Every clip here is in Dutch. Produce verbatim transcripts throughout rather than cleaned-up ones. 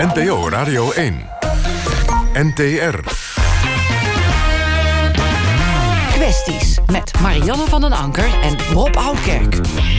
N P O Radio één. N T R. Kwesties met Marianne van den Anker en Rob Oudkerk.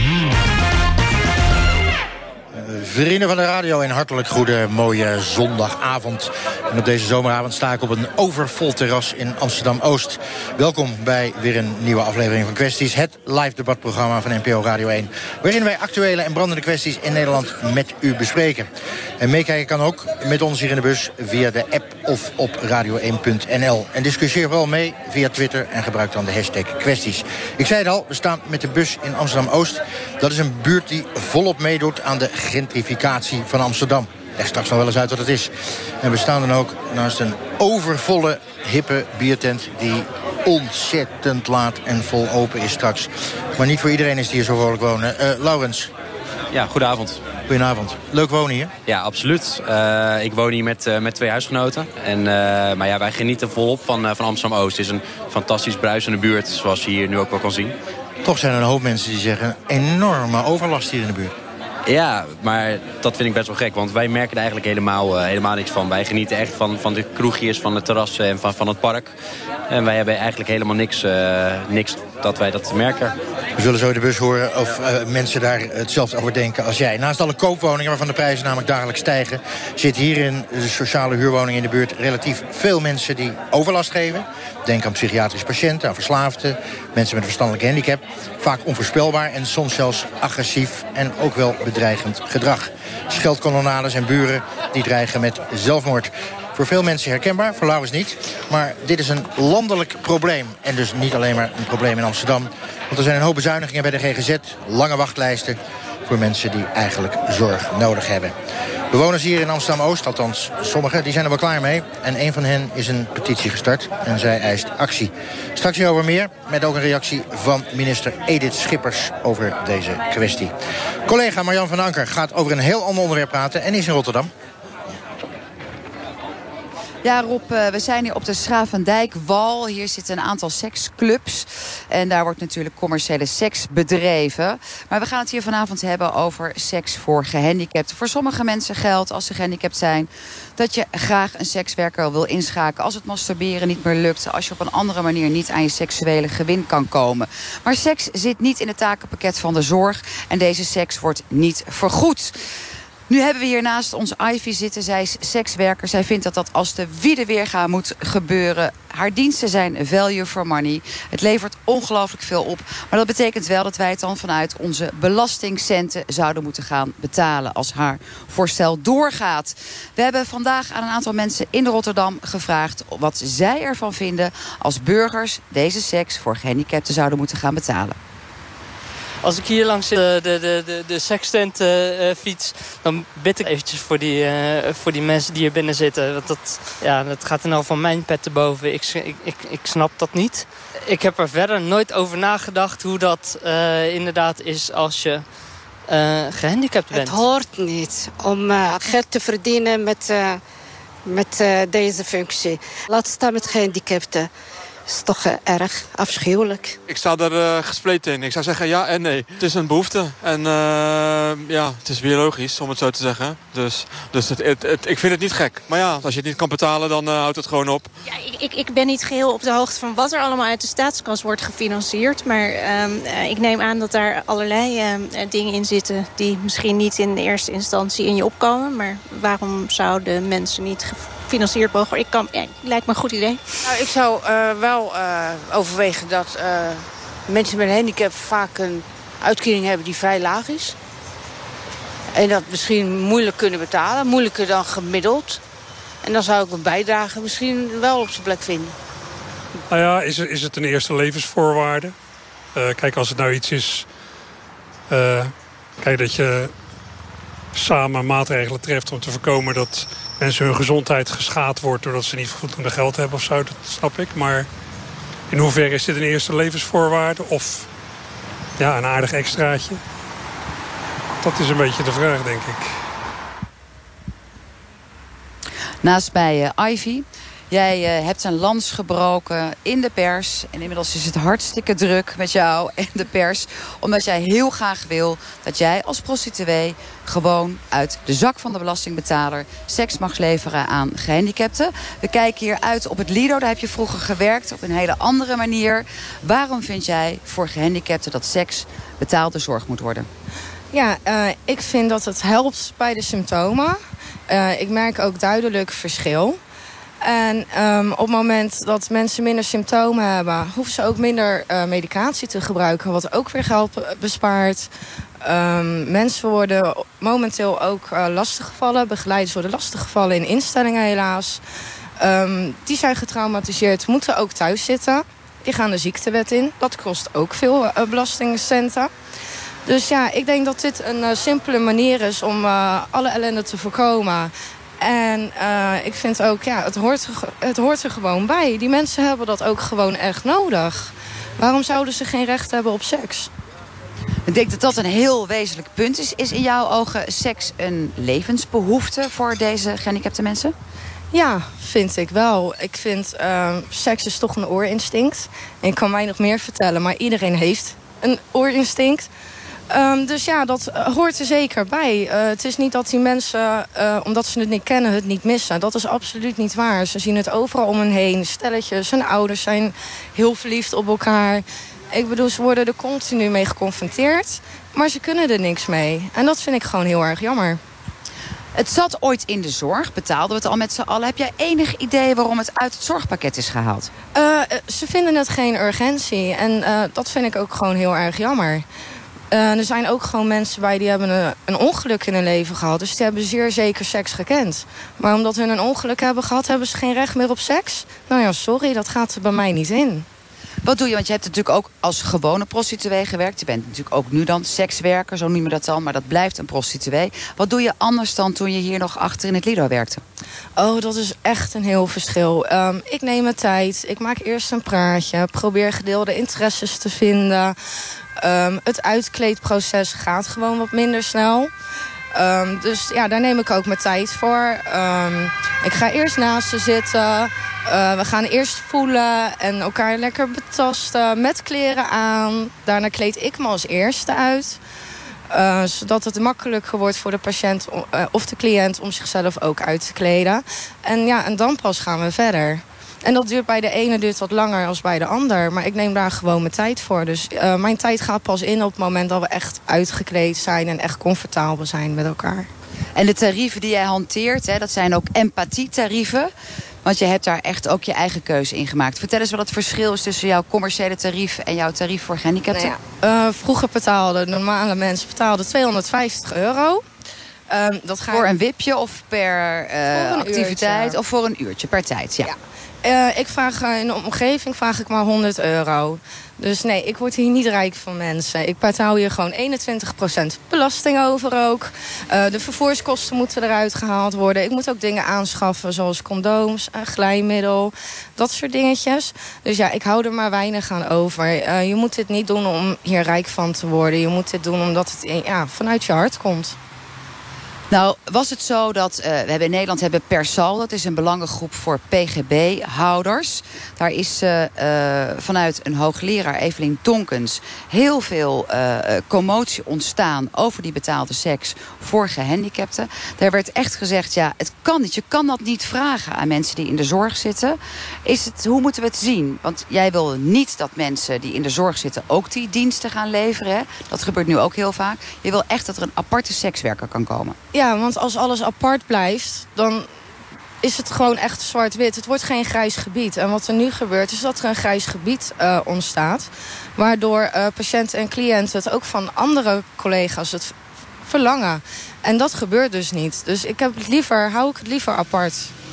Vrienden van de radio, een hartelijk goede, mooie zondagavond. En op deze zomeravond sta ik op een overvol terras in Amsterdam-Oost. Welkom bij weer een nieuwe aflevering van Kwesties. Het live debatprogramma van N P O Radio één. Waarin wij actuele en brandende kwesties in Nederland met u bespreken. En meekijken kan ook met ons hier in de bus via de app of op radio één punt n l. En discussieer vooral mee via Twitter en gebruik dan de hashtag kwesties. Ik zei het al, we staan met de bus in Amsterdam-Oost. Dat is een buurt die volop meedoet aan de gentrificatie van Amsterdam. Leg straks nog wel eens uit wat het is. En we staan dan ook naast een overvolle, hippe biertent die ontzettend laat en vol open is straks. Maar niet voor iedereen is die hier zo vrolijk wonen. Uh, Laurens. Ja, goedenavond. Goedenavond. Leuk wonen hier? Ja, absoluut. Uh, ik woon hier met, uh, met twee huisgenoten. En, uh, maar ja, wij genieten volop van, uh, van Amsterdam-Oost. Het is een fantastisch bruisende buurt, zoals je hier nu ook wel kan zien. Toch zijn er een hoop mensen die zeggen enorme overlast hier in de buurt. Ja, maar dat vind ik best wel gek, want wij merken er eigenlijk helemaal, uh, helemaal niks van. Wij genieten echt van, van de kroegjes, van de terrassen en van, van het park. En wij hebben eigenlijk helemaal niks, uh, niks dat wij dat merken. We zullen zo in de bus horen of uh, mensen daar hetzelfde over denken als jij. Naast alle koopwoningen, waarvan de prijzen namelijk dagelijks stijgen, zitten hier in de sociale huurwoningen in de buurt relatief veel mensen die overlast geven. Denk aan psychiatrische patiënten, aan verslaafden, mensen met een verstandelijke handicap. Vaak onvoorspelbaar en soms zelfs agressief en ook wel bedreigend gedrag. Scheldkanonades en buren die dreigen met zelfmoord. Voor veel mensen herkenbaar, voor Laurens niet. Maar dit is een landelijk probleem. En dus niet alleen maar een probleem in Amsterdam. Want er zijn een hoop bezuinigingen bij de G G Z. Lange wachtlijsten voor mensen die eigenlijk zorg nodig hebben. Bewoners hier in Amsterdam-Oost, althans sommigen, die zijn er wel klaar mee. En een van hen is een petitie gestart en zij eist actie. Straks hierover meer, met ook een reactie van minister Edith Schippers over deze kwestie. Collega Marjan van den Anker gaat over een heel ander onderwerp praten en is in Rotterdam. Ja, Rob, we zijn hier op de Schravendijkwal. Hier zitten een aantal seksclubs. En daar wordt natuurlijk commerciële seks bedreven. Maar we gaan het hier vanavond hebben over seks voor gehandicapten. Voor sommige mensen geldt, als ze gehandicapt zijn, dat je graag een sekswerker wil inschakelen als het masturberen niet meer lukt, als je op een andere manier niet aan je seksuele gewin kan komen. Maar seks zit niet in het takenpakket van de zorg en deze seks wordt niet vergoed. Nu hebben we hier naast ons Ivy zitten. Zij is sekswerker. Zij vindt dat dat als de wiederweerga moet gebeuren. Haar diensten zijn value for money. Het levert ongelooflijk veel op. Maar dat betekent wel dat wij het dan vanuit onze belastingcenten zouden moeten gaan betalen als haar voorstel doorgaat. We hebben vandaag aan een aantal mensen in Rotterdam gevraagd wat zij ervan vinden als burgers deze seks voor gehandicapten zouden moeten gaan betalen. Als ik hier langs de, de, de, de, de sekstent uh, fiets, dan bid ik eventjes voor die, uh, voor die mensen die hier binnen zitten. Want dat, ja, dat gaat er nou van mijn pet te boven. Ik, ik, ik, ik snap dat niet. Ik heb er verder nooit over nagedacht hoe dat uh, inderdaad is als je uh, gehandicapt bent. Het hoort niet om uh, geld te verdienen met, uh, met uh, deze functie. Laat staan met gehandicapten. Dat is toch uh, erg afschuwelijk. Ik sta er uh, gespleten in. Ik zou zeggen ja en nee. Het is een behoefte. En uh, ja, het is biologisch, om het zo te zeggen. Dus, dus het, het, het, ik vind het niet gek. Maar ja, als je het niet kan betalen, dan uh, houdt het gewoon op. Ja, ik, ik, ik ben niet geheel op de hoogte van wat er allemaal uit de staatskas wordt gefinancierd. Maar uh, ik neem aan dat daar allerlei uh, dingen in zitten die misschien niet in de eerste instantie in je opkomen. Maar waarom zouden mensen niet gefinancierd mogen? Ik kan, ja, lijkt me een goed idee. Nou, ik zou uh, wel uh, overwegen dat uh, mensen met een handicap vaak een uitkering hebben die vrij laag is. En dat misschien moeilijk kunnen betalen, moeilijker dan gemiddeld. En dan zou ik een bijdrage misschien wel op zijn plek vinden. Nou ja, is, is het een eerste levensvoorwaarde? Uh, kijk, als het nou iets is, Uh, kijk, dat je samen maatregelen treft om te voorkomen dat mensen hun gezondheid geschaad wordt doordat ze niet voldoende geld hebben of zo, dat snap ik. Maar in hoeverre is dit een eerste levensvoorwaarde of ja, een aardig extraatje? Dat is een beetje de vraag, denk ik. Naast mij uh, Ivy. Jij uh, hebt een lans gebroken in de pers. En inmiddels is het hartstikke druk met jou en de pers. Omdat jij heel graag wil dat jij als prostituee gewoon uit de zak van de belastingbetaler seks mag leveren aan gehandicapten. We kijken hier uit op het Lido. Daar heb je vroeger gewerkt op een hele andere manier. Waarom vind jij voor gehandicapten dat seks betaalde zorg moet worden? Ja, uh, ik vind dat het helpt bij de symptomen. Uh, ik merk ook duidelijk verschil. En um, op het moment dat mensen minder symptomen hebben, hoeven ze ook minder uh, medicatie te gebruiken, wat ook weer geld bespaart. Um, mensen worden momenteel ook uh, lastiggevallen, begeleiders worden lastiggevallen in instellingen helaas. Um, die zijn getraumatiseerd, moeten ook thuis zitten. Die gaan de ziektewet in. Dat kost ook veel uh, belastingcenten. Dus ja, ik denk dat dit een uh, simpele manier is om uh, alle ellende te voorkomen. En uh, ik vind ook, ja, het hoort, er, het hoort er gewoon bij. Die mensen hebben dat ook gewoon echt nodig. Waarom zouden ze geen recht hebben op seks? Ik denk dat dat een heel wezenlijk punt is. Is in jouw ogen seks een levensbehoefte voor deze gehandicapte mensen? Ja, vind ik wel. Ik vind uh, seks is toch een oorinstinct. En ik kan mij nog meer vertellen, maar iedereen heeft een oorinstinct. Um, dus ja, dat uh, hoort er zeker bij. Uh, het is niet dat die mensen, uh, omdat ze het niet kennen, het niet missen. Dat is absoluut niet waar. Ze zien het overal om hen heen. Stelletjes, hun ouders zijn heel verliefd op elkaar. Ik bedoel, ze worden er continu mee geconfronteerd. Maar ze kunnen er niks mee. En dat vind ik gewoon heel erg jammer. Het zat ooit in de zorg, betaalden we het al met z'n allen. Heb jij enig idee waarom het uit het zorgpakket is gehaald? Uh, ze vinden het geen urgentie. En uh, dat vind ik ook gewoon heel erg jammer. Uh, er zijn ook gewoon mensen bij die hebben een, een ongeluk in hun leven gehad. Dus die hebben zeer zeker seks gekend. Maar omdat hun een ongeluk hebben gehad, hebben ze geen recht meer op seks? Nou ja, sorry, dat gaat er bij mij niet in. Wat doe je? Want je hebt natuurlijk ook als gewone prostituee gewerkt. Je bent natuurlijk ook nu dan sekswerker, zo noemen we dat dan. Maar dat blijft een prostituee. Wat doe je anders dan toen je hier nog achter in het Lido werkte? Oh, dat is echt een heel verschil. Um, ik neem mijn tijd. Ik maak eerst een praatje. Probeer gedeelde interesses te vinden. Um, het uitkleedproces gaat gewoon wat minder snel. Um, dus ja, daar neem ik ook mijn tijd voor. Um, ik ga eerst naast ze zitten. Uh, we gaan eerst voelen en elkaar lekker betasten met kleren aan. Daarna kleed ik me als eerste uit. Uh, zodat het makkelijker wordt voor de patiënt uh, of de cliënt om zichzelf ook uit te kleden. En ja, en dan pas gaan we verder. En dat duurt bij de ene duurt wat langer dan bij de ander. Maar ik neem daar gewoon mijn tijd voor. Dus uh, mijn tijd gaat pas in op het moment dat we echt uitgekleed zijn en echt comfortabel zijn met elkaar. En de tarieven die jij hanteert, hè, dat zijn ook empathietarieven. Want je hebt daar echt ook je eigen keuze in gemaakt. Vertel eens wat het verschil is tussen jouw commerciële tarief en jouw tarief voor gehandicapten. Nou ja, uh, vroeger betaalden normale mensen betaalden tweehonderdvijftig euro. Um, dat ga voor een wipje of per uh, een activiteit uurtje. Of voor een uurtje per tijd? Ja. ja. Uh, ik vraag uh, in de omgeving vraag ik maar honderd euro. Dus nee, ik word hier niet rijk van mensen. Ik betaal hier gewoon eenentwintig procent belasting over ook. Uh, de vervoerskosten moeten eruit gehaald worden. Ik moet ook dingen aanschaffen zoals condooms, uh, glijmiddel. Dat soort dingetjes. Dus ja, ik hou er maar weinig aan over. Uh, je moet dit niet doen om hier rijk van te worden. Je moet dit doen omdat het ja, vanuit je hart komt. Nou, was het zo dat uh, we hebben in Nederland hebben Persal, dat is een belangengroep voor P G B-houders. Daar is uh, uh, vanuit een hoogleraar, Evelien Tonkens, heel veel uh, commotie ontstaan over die betaalde seks voor gehandicapten. Daar werd echt gezegd, ja, het kan niet. Je kan dat niet vragen aan mensen die in de zorg zitten. Is het, hoe moeten we het zien? Want jij wil niet dat mensen die in de zorg zitten ook die diensten gaan leveren. Hè? Dat gebeurt nu ook heel vaak. Je wil echt dat er een aparte sekswerker kan komen. Ja, want als alles apart blijft, dan is het gewoon echt zwart-wit. Het wordt geen grijs gebied. En wat er nu gebeurt, is dat er een grijs gebied uh, ontstaat. Waardoor uh, patiënten en cliënten het ook van andere collega's het verlangen. En dat gebeurt dus niet. Dus ik heb het liever, hou ik het liever apart.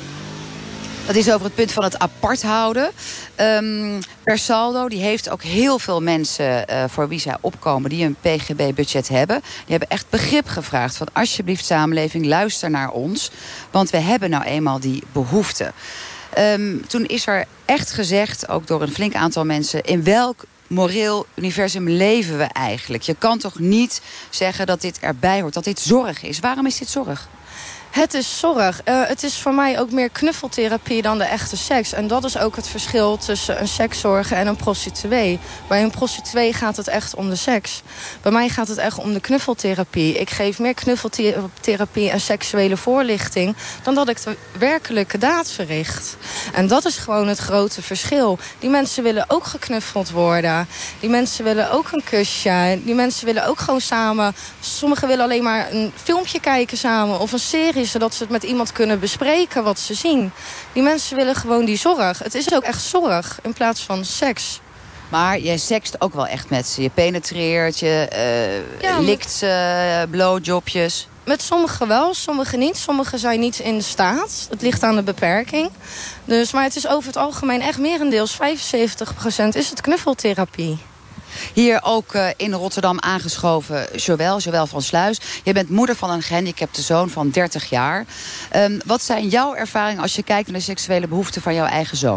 Dat is over het punt van het apart houden. Um, Persaldo die heeft ook heel veel mensen uh, voor wie zij opkomen die een P G B-budget hebben. Die hebben echt begrip gevraagd van alsjeblieft samenleving, luister naar ons. Want we hebben nou eenmaal die behoefte. Um, toen is er echt gezegd, ook door een flink aantal mensen, in welk moreel universum leven we eigenlijk? Je kan toch niet zeggen dat dit erbij hoort, dat dit zorg is? Waarom is dit zorg? Het is zorg. Uh, het is voor mij ook meer knuffeltherapie dan de echte seks. En dat is ook het verschil tussen een sekszorger en een prostituee. Bij een prostituee gaat het echt om de seks. Bij mij gaat het echt om de knuffeltherapie. Ik geef meer knuffeltherapie en seksuele voorlichting dan dat ik de werkelijke daad verricht. En dat is gewoon het grote verschil. Die mensen willen ook geknuffeld worden. Die mensen willen ook een kusje. Die mensen willen ook gewoon samen... Sommigen willen alleen maar een filmpje kijken samen of een serie, zodat ze het met iemand kunnen bespreken wat ze zien. Die mensen willen gewoon die zorg. Het is ook echt zorg in plaats van seks. Maar jij sekst ook wel echt met ze. Je penetreert, je uh, ja, likt ze, blowjobjes. Met sommigen wel, sommigen niet. Sommigen zijn niet in staat. Het ligt aan de beperking. Dus, maar het is over het algemeen echt merendeels vijfenzeventig procent is het knuffeltherapie. Hier ook uh, in Rotterdam aangeschoven Joël, Joël van Sluis. Je bent moeder van een gehandicapte zoon van dertig jaar. Um, wat zijn jouw ervaringen als je kijkt naar de seksuele behoeften van jouw eigen zoon?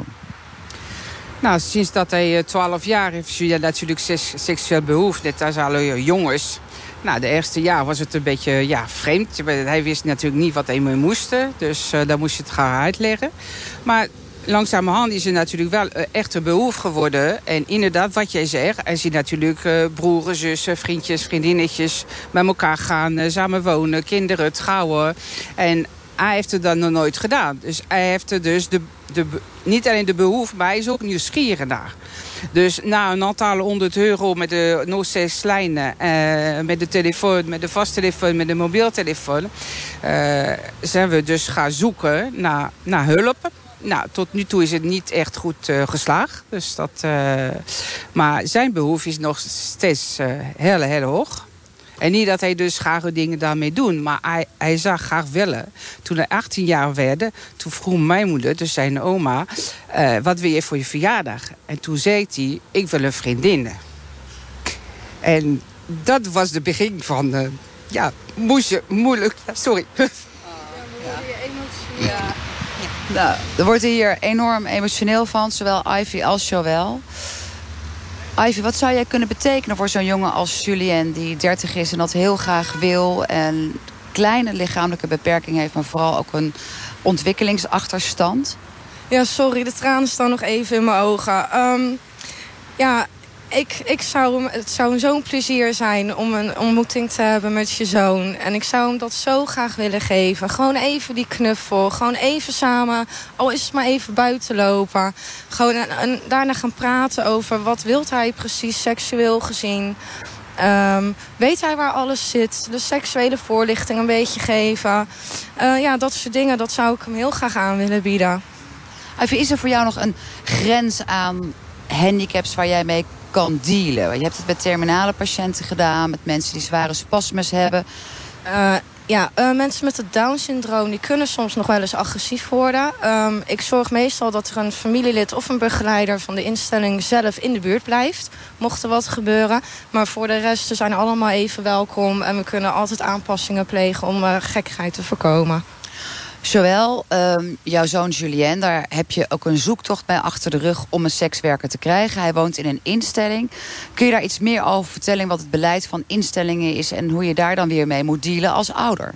Nou, sinds dat hij twaalf jaar heeft, heeft hij natuurlijk seksueel behoefte. Net als alle jongens. Nou, de eerste jaar was het een beetje ja, vreemd. Hij wist natuurlijk niet wat hij mee moest. Dus uh, daar moest je het gaan uitleggen. Maar langzamerhand is er natuurlijk wel echt een behoefte geworden. En inderdaad, wat jij zegt, hij ziet natuurlijk uh, broeren, zussen, vriendjes, vriendinnetjes met elkaar gaan, uh, samen wonen, kinderen, trouwen. En hij heeft het dan nog nooit gedaan. Dus hij heeft er dus de, de, niet alleen de behoefte, maar hij is ook nieuwsgierig naar. Dus na een aantal honderd euro met de no zes lijnen, uh, met de telefoon, met de vasttelefoon, met de mobieltelefoon, uh, zijn we dus gaan zoeken naar, naar hulp. Nou, tot nu toe is het niet echt goed uh, geslaagd. Dus dat, uh, maar zijn behoefte is nog steeds uh, heel, heel hoog. En niet dat hij dus graag dingen daarmee doet. Maar hij, hij zag graag willen. Toen hij achttien jaar werd, toen vroeg mijn moeder, dus zijn oma, Uh, wat wil je voor je verjaardag? En toen zei hij, ik wil een vriendin. En dat was het begin van, uh, ja, moest je, moeilijk, sorry. Oh, ja. Ja. Nou, er wordt hier enorm emotioneel van, zowel Ivy als Joël. Ivy, wat zou jij kunnen betekenen voor zo'n jongen als Julien, die dertig is en dat heel graag wil en kleine lichamelijke beperking heeft, maar vooral ook een ontwikkelingsachterstand? Ja, sorry, de tranen staan nog even in mijn ogen. Um, ja, ik, ik zou, het zou zo'n plezier zijn om een ontmoeting te hebben met je zoon. En ik zou hem dat zo graag willen geven. Gewoon even die knuffel. Gewoon even samen, al is het maar even buiten lopen. Gewoon en, en daarna gaan praten over wat wil hij precies seksueel gezien. Um, weet hij waar alles zit? De seksuele voorlichting een beetje geven. Uh, ja, dat soort dingen, dat zou ik hem heel graag aan willen bieden. Ivy, is er voor jou nog een grens aan handicaps waar jij mee kan dealen? Je hebt het met terminale patiënten gedaan, met mensen die zware spasmes hebben. Uh, ja, uh, mensen met het Down-syndroom die kunnen soms nog wel eens agressief worden. Um, ik zorg meestal dat er een familielid of een begeleider van de instelling zelf in de buurt blijft, mocht er wat gebeuren. Maar voor de rest zijn allemaal even welkom en we kunnen altijd aanpassingen plegen om uh, gekkigheid te voorkomen. Joël, um, jouw zoon Julien, daar heb je ook een zoektocht bij achter de rug om een sekswerker te krijgen. Hij woont in een instelling. Kun je daar iets meer over vertellen wat het beleid van instellingen is en hoe je daar dan weer mee moet dealen als ouder?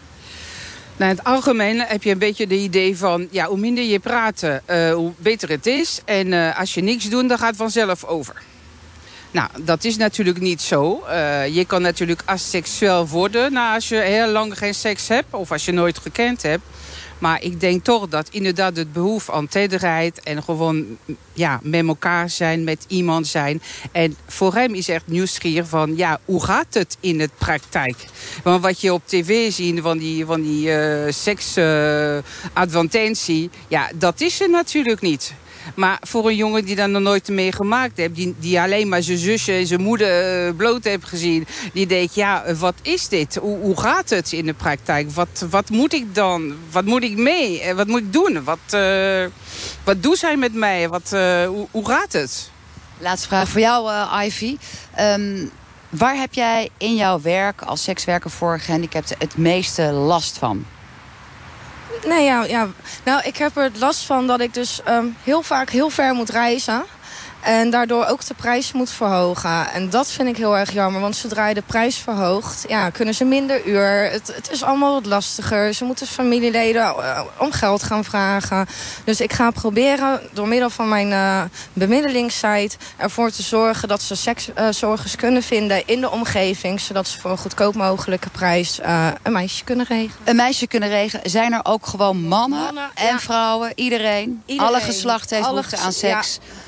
Nou, in het algemeen heb je een beetje de idee van, ja, hoe minder je praat, uh, hoe beter het is. En uh, als je niks doet, dan gaat het vanzelf over. Nou, dat is natuurlijk niet zo. Uh, je kan natuurlijk asexueel worden nou, als je heel lang geen seks hebt of als je nooit gekend hebt. Maar ik denk toch dat inderdaad het behoefte aan tederheid en gewoon ja, met elkaar zijn, met iemand zijn. En voor hem is echt nieuwsgierig van, ja, hoe gaat het in het praktijk? Want wat je op tv ziet van die, van die uh, seksadvertentie, uh, ja, dat is er natuurlijk niet. Maar voor een jongen die dat nog nooit meegemaakt heeft, die, die alleen maar zijn zusje en zijn moeder uh, bloot heeft gezien, die denkt, ja, wat is dit? Hoe, hoe gaat het in de praktijk? Wat, wat moet ik dan? Wat moet ik mee? Wat moet ik doen? Wat, uh, wat doet zij met mij? Wat, uh, hoe, hoe gaat het? Laatste vraag voor jou, uh, Ivy. Um, waar heb jij in jouw werk als sekswerker voor gehandicapten het meeste last van? Nee, ja, ja. Nou, ik heb er last van dat ik dus um, heel vaak heel ver moet reizen. En daardoor ook de prijs moet verhogen. En dat vind ik heel erg jammer. Want zodra je de prijs verhoogt, ja, kunnen ze minder uur. Het, het is allemaal wat lastiger. Ze moeten familieleden uh, om geld gaan vragen. Dus ik ga proberen door middel van mijn uh, bemiddelingssite ervoor te zorgen dat ze sekszorgers uh, kunnen vinden in de omgeving. Zodat ze voor een goedkoop mogelijke prijs uh, een meisje kunnen regelen. Een meisje kunnen regelen. Zijn er ook gewoon mannen, mannen en ja. vrouwen? Iedereen? Iedereen. Alle geslachten heeft behoefte aan seks? Ja.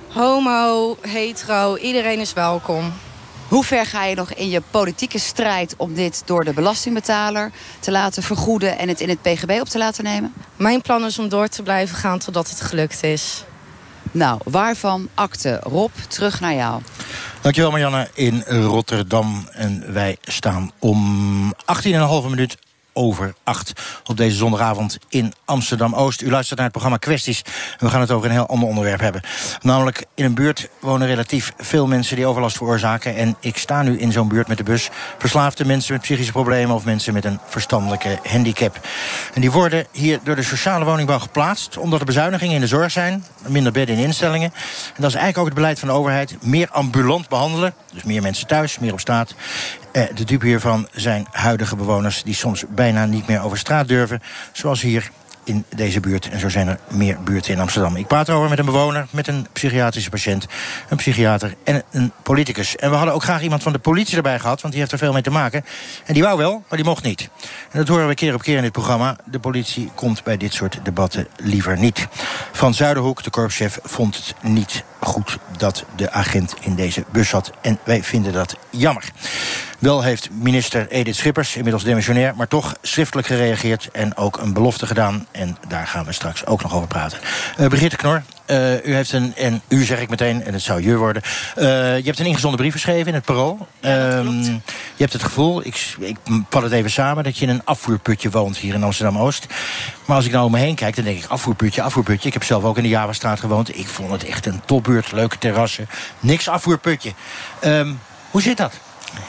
Homo, hetero, iedereen is welkom. Hoe ver ga je nog in je politieke strijd om dit door de belastingbetaler te laten vergoeden en het in het P G B op te laten nemen? Mijn plan is om door te blijven gaan totdat het gelukt is. Nou, waarvan akte? Rob, terug naar jou. Dankjewel Marianne in Rotterdam. En wij staan om achttien en een halve minuut over acht op deze zondagavond in Amsterdam-Oost. U luistert naar het programma Kwesties. We gaan het over een heel ander onderwerp hebben. Namelijk, in een buurt wonen relatief veel mensen die overlast veroorzaken. En ik sta nu in zo'n buurt met de bus. Verslaafde mensen met psychische problemen of mensen met een verstandelijke handicap. En die worden hier door de sociale woningbouw geplaatst, omdat er bezuinigingen in de zorg zijn, minder bedden in instellingen. En dat is eigenlijk ook het beleid van de overheid. Meer ambulant behandelen, dus meer mensen thuis, meer op straat. De dupe hiervan zijn huidige bewoners die soms bijna niet meer over straat durven, zoals hier in deze buurt. En zo zijn er meer buurten in Amsterdam. Ik praat erover met een bewoner, met een psychiatrische patiënt, een psychiater en een politicus. En we hadden ook graag iemand van de politie erbij gehad, want die heeft er veel mee te maken. En die wou wel, maar die mocht niet. En dat horen we keer op keer in dit programma. De politie komt bij dit soort debatten liever niet. Van Zuiderhoek, de korpschef, vond het niet goed dat de agent in deze bus zat. En wij vinden dat jammer. Wel heeft minister Edith Schippers, inmiddels demissionair, maar toch schriftelijk gereageerd en ook een belofte gedaan. En daar gaan we straks ook nog over praten. Uh, Brigitte Knor, uh, u heeft een, en u zeg ik meteen, en het zou je worden. Uh, je hebt een ingezonden brief geschreven in het Parool. Ja, dat klopt. Uh, je hebt het gevoel, ik, ik vat het even samen, dat je in een afvoerputje woont hier in Amsterdam-Oost. Maar als ik nou om me heen kijk, dan denk ik afvoerputje, afvoerputje. Ik heb zelf ook in de Javastraat gewoond. Ik vond het echt een topbuurt, leuke terrassen. Niks afvoerputje. Uh, hoe zit dat?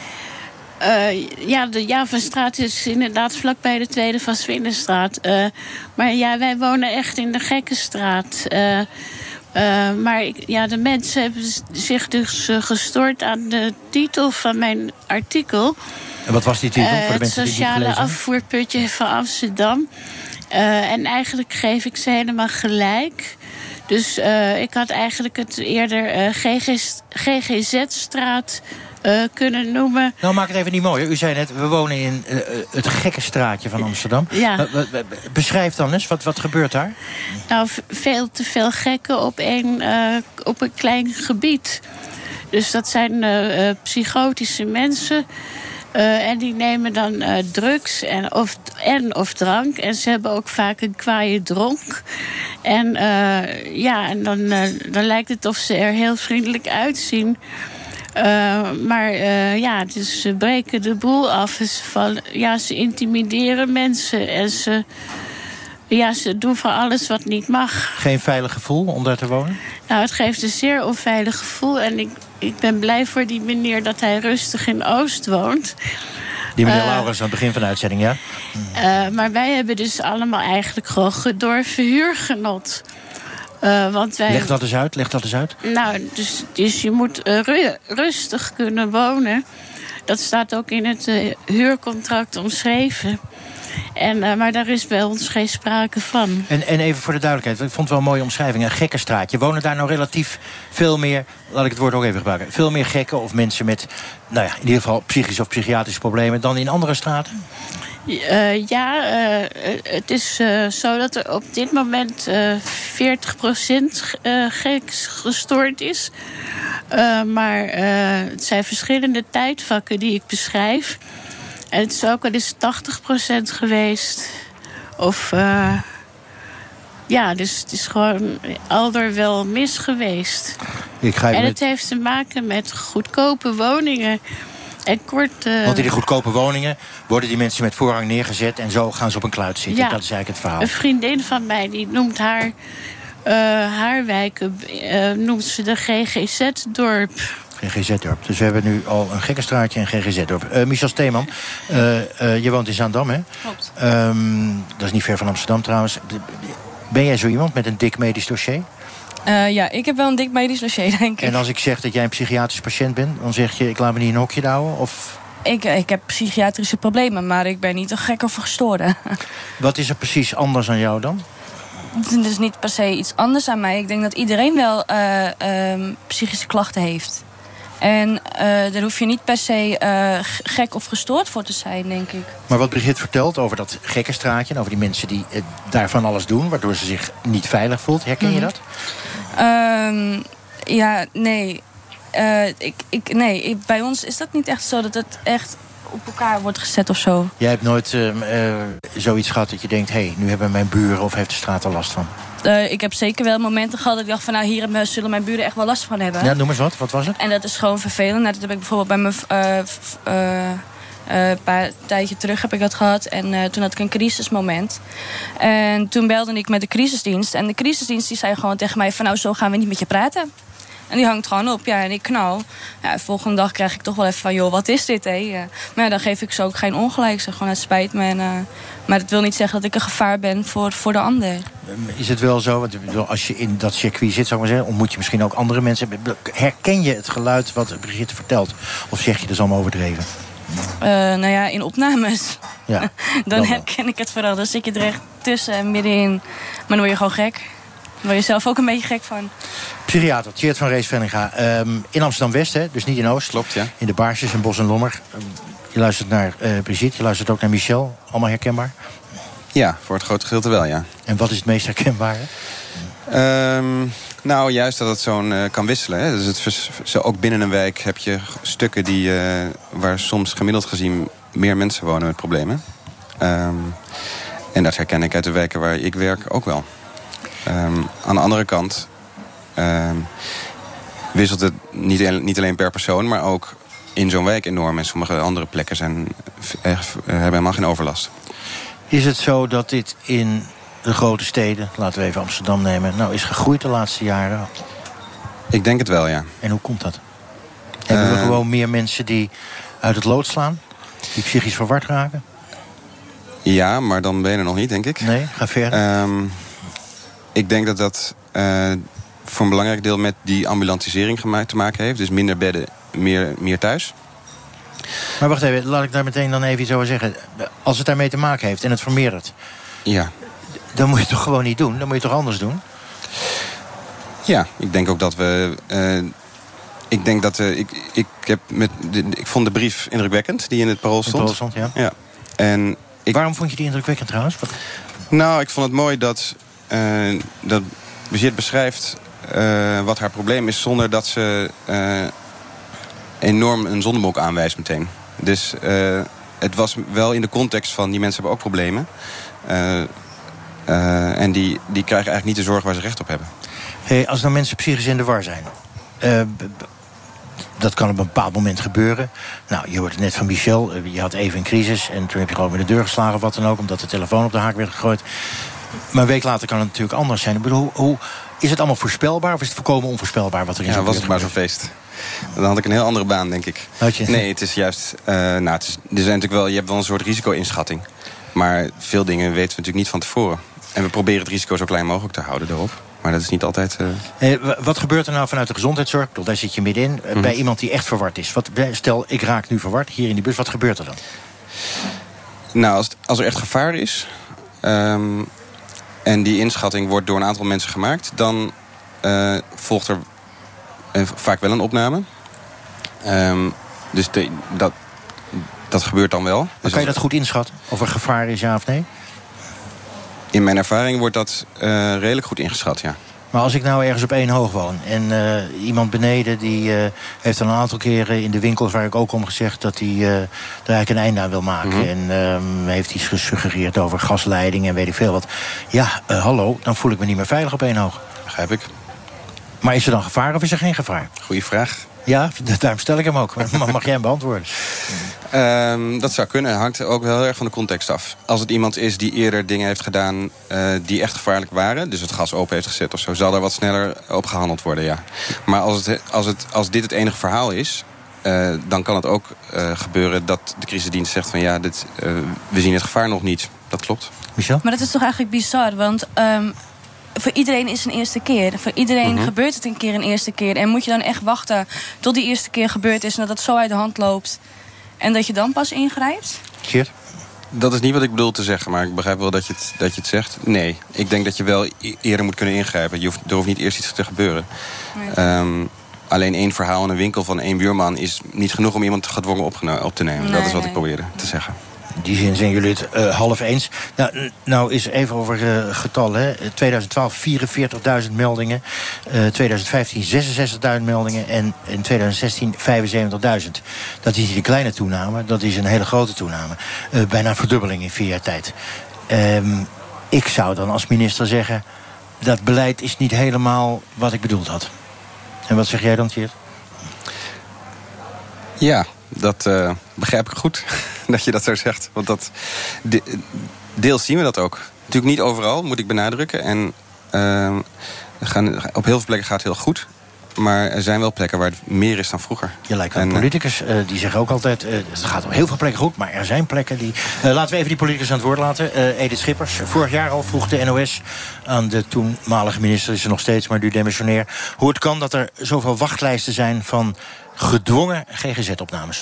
Uh, ja, de Javastraat is inderdaad vlakbij de Tweede Van Swindenstraat. Uh, maar ja, wij wonen echt in de Gekkenstraat. Uh, uh, maar ja, de mensen hebben zich dus uh, gestoord aan de titel van mijn artikel. En wat was die titel uh, voor de mensen die het niet gelezen hebben? Het sociale afvoerputje van Amsterdam. Uh, en eigenlijk geef ik ze helemaal gelijk. Dus uh, ik had eigenlijk het eerder uh, G G Z-straat Uh, kunnen noemen. Nou, maak het even niet mooi. U zei net, we wonen in uh, het gekke straatje van Amsterdam. Ja. Uh, beschrijf dan eens, wat, wat gebeurt daar? Nou, veel te veel gekken op een, uh, op een klein gebied. Dus dat zijn uh, uh, psychotische mensen. Uh, en die nemen dan uh, drugs en of, en of drank. En ze hebben ook vaak een kwaaie dronk. En uh, ja, en dan, uh, dan lijkt het of ze er heel vriendelijk uitzien. Uh, maar uh, ja, dus ze breken de boel af. Ze, vallen, ja, ze intimideren mensen. En ze, ja, ze doen van alles wat niet mag. Geen veilig gevoel om daar te wonen? Nou, het geeft een zeer onveilig gevoel. En ik, ik ben blij voor die meneer dat hij rustig in Oost woont. Die meneer uh, Laurens aan het begin van de uitzending, ja? Uh, maar wij hebben dus allemaal eigenlijk gewoon gedorven huurgenot. Uh, want wij... Leg dat eens uit, leg dat eens uit. Nou, dus, dus je moet uh, ru- rustig kunnen wonen. Dat staat ook in het uh, huurcontract omschreven. En, uh, maar daar is bij ons geen sprake van. En, en even voor de duidelijkheid, ik vond het wel een mooie omschrijving. Een gekkenstraatje. Wonen daar nou relatief veel meer, laat ik het woord ook even gebruiken, veel meer gekken of mensen met, nou ja, in ieder geval psychische of psychiatrische problemen dan in andere straten? Uh, ja, uh, het is uh, zo dat er op dit moment uh, veertig procent uh, gek gestoord is. Uh, maar uh, het zijn verschillende tijdvakken die ik beschrijf. En het is ook al eens tachtig procent geweest. Of uh, ja, dus het is gewoon aldoor wel mis geweest. Ik ga en met... het heeft te maken met goedkope woningen. En kort, uh... Want in die goedkope woningen worden die mensen met voorrang neergezet en zo gaan ze op een kluit zitten. Ja, dat is eigenlijk het verhaal. Een vriendin van mij die noemt haar, uh, haar wijk, uh, noemt ze de G G Z-dorp. G G Z-dorp. Dus we hebben nu al een gekkenstraatje en G G Z-dorp. Uh, Michel Steeman, uh, uh, je woont in Zaandam, hè? Klopt. Um, dat is niet ver van Amsterdam trouwens. Ben jij zo iemand met een dik medisch dossier? Uh, ja, ik heb wel een dik medisch dossier, denk ik. En als ik zeg dat jij een psychiatrisch patiënt bent, dan zeg je, ik laat me niet in een hokje houden? Of... Ik, ik heb psychiatrische problemen, maar ik ben niet een gek of gestoorde. Wat is er precies anders aan jou dan? Het is niet per se iets anders aan mij. Ik denk dat iedereen wel uh, um, psychische klachten heeft. En uh, daar hoef je niet per se uh, gek of gestoord voor te zijn, denk ik. Maar wat Brigitte vertelt over dat gekkenstraatje... en over die mensen die uh, daarvan alles doen... waardoor ze zich niet veilig voelt, herken je dat? Um, ja, nee. Uh, ik, ik, nee, ik, bij ons is dat niet echt zo dat het echt op elkaar wordt gezet of zo. Jij hebt nooit uh, uh, zoiets gehad dat je denkt... hé, hey, nu hebben mijn buren of heeft de straat er last van? Uh, ik heb zeker wel momenten gehad dat ik dacht van... nou, hier zullen mijn buren echt wel last van hebben. Ja, noem eens wat. Wat was het? En dat is gewoon vervelend. Nou, dat heb ik bijvoorbeeld bij mijn... Uh, uh, uh, een paar tijdje terug heb ik dat gehad. En uh, toen had ik een crisismoment. En toen belde ik met de crisisdienst. En de crisisdienst die zei gewoon tegen mij van... nou, zo gaan we niet met je praten. En die hangt gewoon op, ja, en ik knal. Ja, de volgende dag krijg ik toch wel even van, joh, wat is dit, hè? Ja. Maar ja, dan geef ik ze ook geen ongelijk. Ik zeg gewoon, het spijt me. En, uh, maar dat wil niet zeggen dat ik een gevaar ben voor, voor de ander. Is het wel zo, want als je in dat circuit zit, zou ik maar zeggen... ontmoet je misschien ook andere mensen. Herken je het geluid wat Brigitte vertelt? Of zeg je dat is allemaal overdreven? Uh, nou ja, in opnames. Ja, dan herken ik het vooral. Dan zit je er echt tussen en middenin. Maar dan word je gewoon gek. Daar word je zelf ook een beetje gek van. Psychiater, Tjeerd van Rees-Vellinga. Um, in Amsterdam-West, hè, dus niet in Oost. Klopt, ja. In de Baarsjes, in Bos en Lommer. Um, je luistert naar uh, Brigitte, je luistert ook naar Michel. Allemaal herkenbaar? Ja, voor het grote gedeelte wel, ja. En wat is het meest herkenbare? Um, nou, juist dat het zo'n uh, kan wisselen. Hè. Dus het, zo ook binnen een wijk heb je stukken die, uh, waar soms gemiddeld gezien meer mensen wonen met problemen. Um, en dat herken ik uit de wijken waar ik werk ook wel. Um, aan de andere kant um, wisselt het niet, niet alleen per persoon, maar ook in zo'n wijk enorm. En sommige andere plekken zijn, uh, hebben helemaal geen overlast. Is het zo dat dit in de grote steden, laten we even Amsterdam nemen, nou is gegroeid de laatste jaren? Ik denk het wel, ja. En hoe komt dat? Hebben uh, we gewoon meer mensen die uit het lood slaan? Die psychisch verward raken? Ja, maar dan ben je er nog niet, denk ik. Nee, ga verder. Um, ik denk dat dat uh, voor een belangrijk deel met die ambulantisering te maken heeft. Dus minder bedden, meer, meer thuis. Maar wacht even, laat ik daar meteen dan even iets over zeggen. Als het daarmee te maken heeft en het vermeerdert... Ja. Dan moet je het toch gewoon niet doen? Dan moet je het toch anders doen? Ja, ik denk ook dat we... Uh, ik denk dat... Uh, ik, ik, heb met de, ik vond de brief indrukwekkend die in het Parool stond. In het Parool stond, ja. Ja. En ik, waarom vond je die indrukwekkend trouwens? Wat? Nou, ik vond het mooi dat... Uh, dat Brigitte beschrijft uh, wat haar probleem is... zonder dat ze uh, enorm een zondebok aanwijst meteen. Dus uh, het was wel in de context van... die mensen hebben ook problemen. Uh, uh, en die, die krijgen eigenlijk niet de zorg waar ze recht op hebben. Hey, als nou mensen psychisch in de war zijn... Uh, dat kan op een bepaald moment gebeuren. Nou, je hoort het net van Michel. Uh, je had even een crisis en toen heb je gewoon met de deur geslagen of wat dan ook... omdat de telefoon op de haak werd gegooid. Maar een week later kan het natuurlijk anders zijn. Ik bedoel, hoe, hoe, is het allemaal voorspelbaar of is het volkomen onvoorspelbaar wat er is? Ja, was het maar zo'n feest. Dan had ik een heel andere baan, denk ik. Had je? Nee, het is juist... Uh, nou, het is, er zijn natuurlijk wel, je hebt wel een soort risico-inschatting. Maar veel dingen weten we natuurlijk niet van tevoren. En we proberen het risico zo klein mogelijk te houden daarop. Maar dat is niet altijd... Uh... Hey, wat gebeurt er nou vanuit de gezondheidszorg? Ik bedoel, daar zit je middenin. Mm-hmm. Bij iemand die echt verward is. Wat, stel, ik raak nu verward hier in die bus. Wat gebeurt er dan? Nou, als, als er echt gevaar is... Um, en die inschatting wordt door een aantal mensen gemaakt... dan uh, volgt er uh, vaak wel een opname. Um, dus de, dat, dat gebeurt dan wel. Maar dus kan je dat goed inschatten? Of er gevaar is, ja of nee? In mijn ervaring wordt dat uh, redelijk goed ingeschat, ja. Maar als ik nou ergens op één hoog woon... en uh, iemand beneden die uh, heeft al een aantal keren in de winkels... waar ik ook om gezegd dat hij uh, er eigenlijk een einde aan wil maken. Mm-hmm. En uh, heeft iets gesuggereerd over gasleiding en weet ik veel wat. Ja, uh, hallo, dan voel ik me niet meer veilig op één hoog. Begrijp ik. Maar is er dan gevaar of is er geen gevaar? Goeie vraag. Ja, daarom stel ik hem ook. Mag jij hem beantwoorden? Um, dat zou kunnen. Het hangt ook wel heel erg van de context af. Als het iemand is die eerder dingen heeft gedaan uh, die echt gevaarlijk waren... dus het gas open heeft gezet of zo... zal er wat sneller op gehandeld worden, ja. Maar als, het, als, het, als dit het enige verhaal is... Uh, dan kan het ook uh, gebeuren dat de crisisdienst zegt van... ja, dit, uh, we zien het gevaar nog niet. Dat klopt. Michel? Maar dat is toch eigenlijk bizar, want... Um... voor iedereen is een eerste keer. Voor iedereen Mm-hmm. gebeurt het een keer een eerste keer. En moet je dan echt wachten tot die eerste keer gebeurd is... en dat het zo uit de hand loopt en dat je dan pas ingrijpt? Geert? Dat is niet wat ik bedoel te zeggen, maar ik begrijp wel dat je het, dat je het zegt. Nee, ik denk dat je wel e- eerder moet kunnen ingrijpen. Je hoeft, er hoeft niet eerst iets te gebeuren. Nee. Um, alleen één verhaal in een winkel van één buurman... is niet genoeg om iemand gedwongen opgeno- op te nemen. Nee, dat is wat nee. ik probeerde te zeggen. In die zin zijn jullie het uh, half eens. Nou, nou is even over uh, getallen. Hè. twintig twaalf vierenveertigduizend meldingen. Uh, twintig vijftien zesenzestigduizend meldingen. En in twintig zestien vijfenzeventigduizend. Dat is niet een kleine toename. Dat is een hele grote toename. Uh, bijna een verdubbeling in vier jaar tijd. Um, ik zou dan als minister zeggen... dat beleid is niet helemaal wat ik bedoeld had. En wat zeg jij dan, Tjeerd? Ja, dat uh, begrijp ik goed. Dat je dat zo zegt. Want dat, de, deels zien we dat ook. Natuurlijk niet overal, moet ik benadrukken. En uh, gaan, op heel veel plekken gaat het heel goed. Maar er zijn wel plekken waar het meer is dan vroeger. Je lijkt wel een politicus. Uh, die zeggen ook altijd... Uh, het gaat op heel veel plekken goed, maar er zijn plekken die... Uh, laten we even die politicus aan het woord laten. Uh, Edith Schippers. Vorig jaar al vroeg de N O S aan de toenmalige minister... is er nog steeds, maar nu demissionair... hoe het kan dat er zoveel wachtlijsten zijn van gedwongen G G Z-opnames.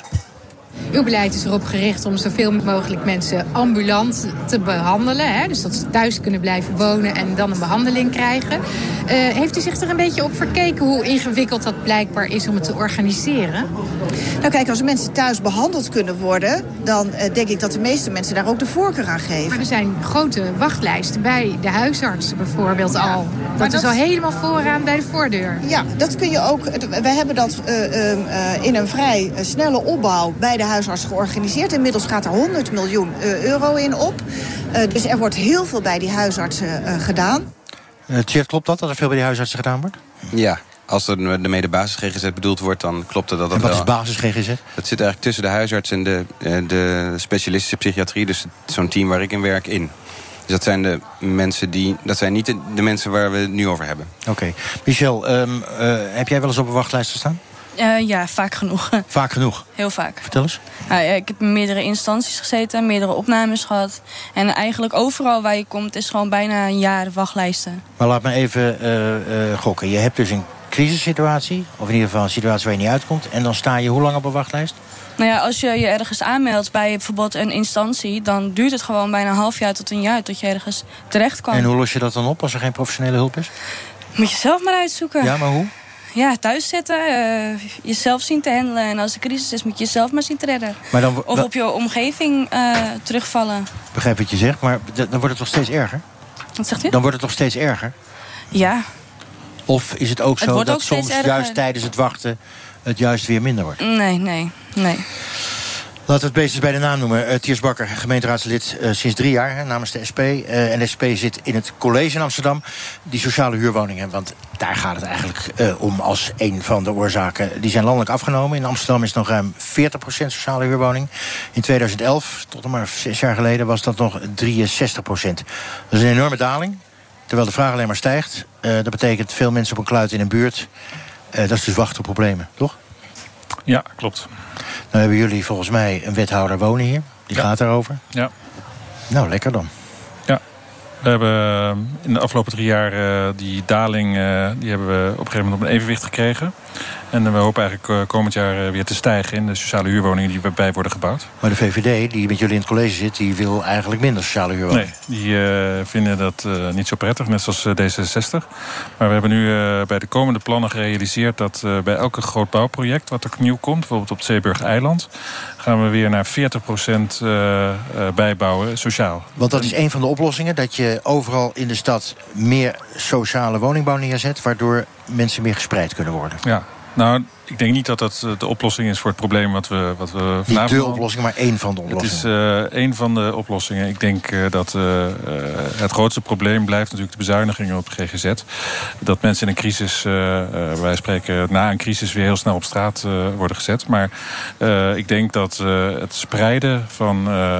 Uw beleid is erop gericht om zoveel mogelijk mensen ambulant te behandelen. Hè? Dus dat ze thuis kunnen blijven wonen en dan een behandeling krijgen. Uh, heeft u zich er een beetje op verkeken hoe ingewikkeld dat blijkbaar is om het te organiseren? Nou kijk, als mensen thuis behandeld kunnen worden... dan uh, denk ik dat de meeste mensen daar ook de voorkeur aan geven. Maar er zijn grote wachtlijsten bij de huisartsen bijvoorbeeld ja, al. Dat, dat is al helemaal vooraan bij de voordeur. Ja, dat kun je ook... We hebben dat uh, uh, in een vrij uh, snelle opbouw bij de huisarts georganiseerd. Inmiddels gaat er honderd miljoen uh, euro in op. Uh, dus er wordt heel veel bij die huisartsen uh, gedaan. Uh, Tjeerd, klopt dat, dat er veel bij die huisartsen gedaan wordt? Ja, als er de mede basis G G Z bedoeld wordt, dan klopt het dat dat en wat wel. is basis G G Z? Dat zit eigenlijk tussen de huisarts en de, de specialistische psychiatrie. Dus zo'n team waar ik in werk in. Dus dat zijn de mensen die... Dat zijn niet de, de mensen waar we het nu over hebben. Oké. Okay. Michel, um, uh, heb jij wel eens op een wachtlijst gestaan? Uh, ja, vaak genoeg. Vaak genoeg? Heel vaak. Vertel eens. Uh, ja, ik heb in meerdere instanties gezeten, meerdere opnames gehad. En eigenlijk overal waar je komt is gewoon bijna een jaar wachtlijsten. Maar laat me even uh, uh, gokken. Je hebt dus een crisissituatie, of in ieder geval een situatie waar je niet uitkomt. En dan sta je hoe lang op een wachtlijst? Nou ja, als je je ergens aanmeldt bij bijvoorbeeld een instantie... dan duurt het gewoon bijna een half jaar tot een jaar tot je ergens terecht kan. En hoe los je dat dan op als er geen professionele hulp is? Moet je zelf maar uitzoeken. Ja, maar hoe? Ja, thuis zitten, uh, jezelf zien te handelen. En als er crisis is, moet je jezelf maar zien te redden. Maar dan, of op je omgeving uh, terugvallen. Begrijp wat je zegt, maar dan wordt het toch steeds erger? Wat zegt u? Dan wordt het toch steeds erger? Ja. Of is het ook het zo dat ook soms erger. juist tijdens het wachten... het juist weer minder wordt? Nee, nee, nee. Laten we het beest eens bij de naam noemen. Uh, Thiers Bakker, gemeenteraadslid uh, sinds drie jaar hè, namens de S P. Uh, en de S P zit in het college in Amsterdam. Die sociale huurwoningen, want daar gaat het eigenlijk uh, om als een van de oorzaken. Die zijn landelijk afgenomen. In Amsterdam is het nog ruim veertig procent sociale huurwoning. In tweeduizend elf, tot nog maar zes jaar geleden, was dat nog drieënzestig procent. Dat is een enorme daling, terwijl de vraag alleen maar stijgt. Uh, dat betekent veel mensen op een kluit in een buurt. Uh, dat is dus wachten op problemen, toch? Ja, klopt. Nou hebben jullie volgens mij een wethouder wonen hier. Die ja. gaat daarover. Ja. Nou, lekker dan. Ja. We hebben in de afgelopen drie jaar uh, die daling... Uh, die hebben we op een gegeven moment op een evenwicht gekregen. En uh, we hopen eigenlijk uh, komend jaar uh, weer te stijgen... in de sociale huurwoningen die bij worden gebouwd. Maar de V V D, die met jullie in het college zit... die wil eigenlijk minder sociale huurwoningen. Nee, die uh, vinden dat uh, niet zo prettig, net zoals uh, D zesenzestig. Maar we hebben nu uh, bij de komende plannen gerealiseerd... dat uh, bij elke groot bouwproject wat er nieuw komt... bijvoorbeeld op het Zeeburg-eiland... gaan we weer naar veertig procent uh, uh, bijbouwen, sociaal. Want dat is een van de oplossingen... dat je overal in de stad meer sociale woningbouw neerzet... waardoor mensen meer gespreid kunnen worden. Ja, nou... Ik denk niet dat dat de oplossing is voor het probleem wat we, wat we vanavond... Niet de oplossing, maar één van de oplossingen. Het is uh, één van de oplossingen. Ik denk uh, dat uh, uh, het grootste probleem blijft natuurlijk de bezuinigingen op G G Z. Dat mensen in een crisis, uh, uh, wij spreken na een crisis... weer heel snel op straat uh, worden gezet. Maar uh, ik denk dat uh, het spreiden van uh, uh,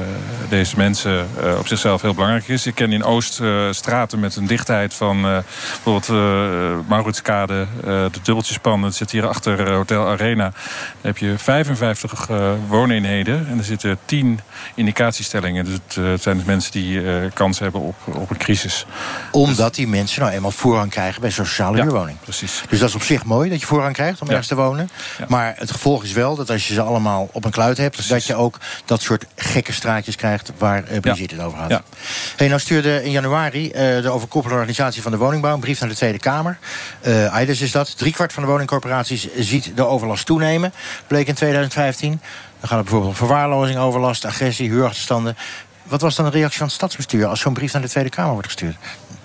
deze mensen uh, op zichzelf heel belangrijk is. Ik ken in Oost uh, straten met een dichtheid van uh, bijvoorbeeld uh, Mauritskade, uh, de Dubbeltjespanden. Het zit hier achter Hotel Arena. Daar heb je vijfenvijftig uh, wooneenheden. En er zitten tien indicatiestellingen. Dus het, uh, het zijn dus mensen die uh, kans hebben op, op een crisis. Omdat die mensen nou eenmaal voorrang krijgen bij zo'n sociale ja, huurwoning. Precies. Dus dat is op zich mooi dat je voorrang krijgt om ja. ergens te wonen. Ja. Maar het gevolg is wel dat als je ze allemaal op een kluit hebt... Precies. Dat je ook dat soort gekke straatjes krijgt waar uh, Brigitte ja. het over had. Ja. Hey, nou stuurde in januari uh, de overkoepelende organisatie van de woningbouw... een brief naar de Tweede Kamer. Uh, I D E S is dat. Driekwart van de woningcorporaties ziet de overlast toenemen. Bleek in tweeduizend vijftien. Dan gaat het bijvoorbeeld om verwaarlozing, overlast, agressie, huurachterstanden. Wat was dan de reactie van het stadsbestuur als zo'n brief naar de Tweede Kamer wordt gestuurd?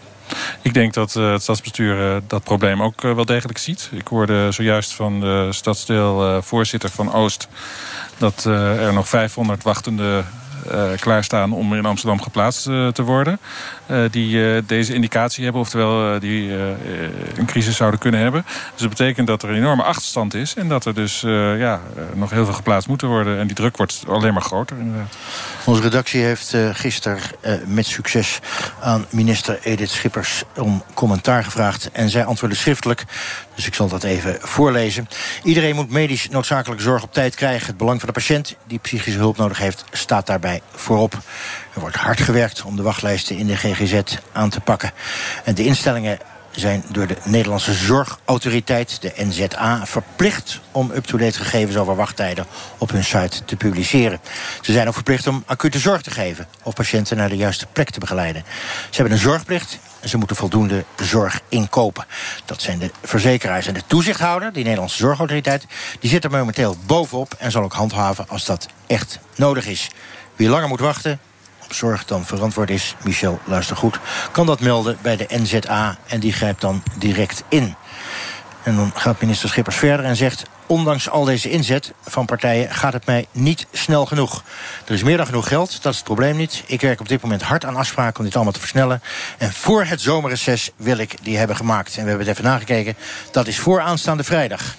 Ik denk dat uh, het stadsbestuur uh, dat probleem ook uh, wel degelijk ziet. Ik hoorde zojuist van de stadsdeelvoorzitter uh, van Oost... dat uh, er nog vijfhonderd wachtende uh, klaarstaan om in Amsterdam geplaatst uh, te worden. Uh, die uh, deze indicatie hebben, oftewel uh, die uh, een crisis zouden kunnen hebben. Dus dat betekent dat er een enorme achterstand is... en dat er dus uh, ja, uh, nog heel veel geplaatst moeten worden. En die druk wordt alleen maar groter, inderdaad. Onze redactie heeft uh, gisteren uh, met succes aan minister Edith Schippers om commentaar gevraagd. En zij antwoordde schriftelijk, dus ik zal dat even voorlezen. Iedereen moet medisch noodzakelijke zorg op tijd krijgen. Het belang van de patiënt die psychische hulp nodig heeft staat daarbij voorop. Er wordt hard gewerkt om de wachtlijsten in de G G Z aan te pakken. En de instellingen zijn door de Nederlandse Zorgautoriteit, de N Z A, verplicht om up-to-date gegevens over wachttijden op hun site te publiceren. Ze zijn ook verplicht om acute zorg te geven of patiënten naar de juiste plek te begeleiden. Ze hebben een zorgplicht en ze moeten voldoende zorg inkopen. Dat zijn de verzekeraars. En de toezichthouder, die Nederlandse Zorgautoriteit, die zit er momenteel bovenop en zal ook handhaven als dat echt nodig is. Wie langer moet wachten, zorg dan verantwoord is, Michel, luister goed, kan dat melden bij de N Z A en die grijpt dan direct in. En dan gaat minister Schippers verder en zegt: ondanks al deze inzet van partijen gaat het mij niet snel genoeg. Er is meer dan genoeg geld, dat is het probleem niet. Ik werk op dit moment hard aan afspraken om dit allemaal te versnellen. En voor het zomerreces wil ik die hebben gemaakt. En we hebben het even nagekeken, dat is voor aanstaande vrijdag.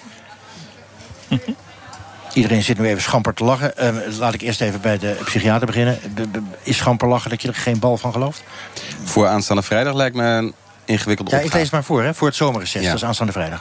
Iedereen zit nu even schamper te lachen. Uh, laat ik eerst even bij de psychiater beginnen. Is schamper lachen dat je er geen bal van gelooft? Voor aanstaande vrijdag lijkt me een ingewikkelde ja, opgave. Ik lees maar voor, hè? Voor het zomerreces. Ja. Dat is aanstaande vrijdag.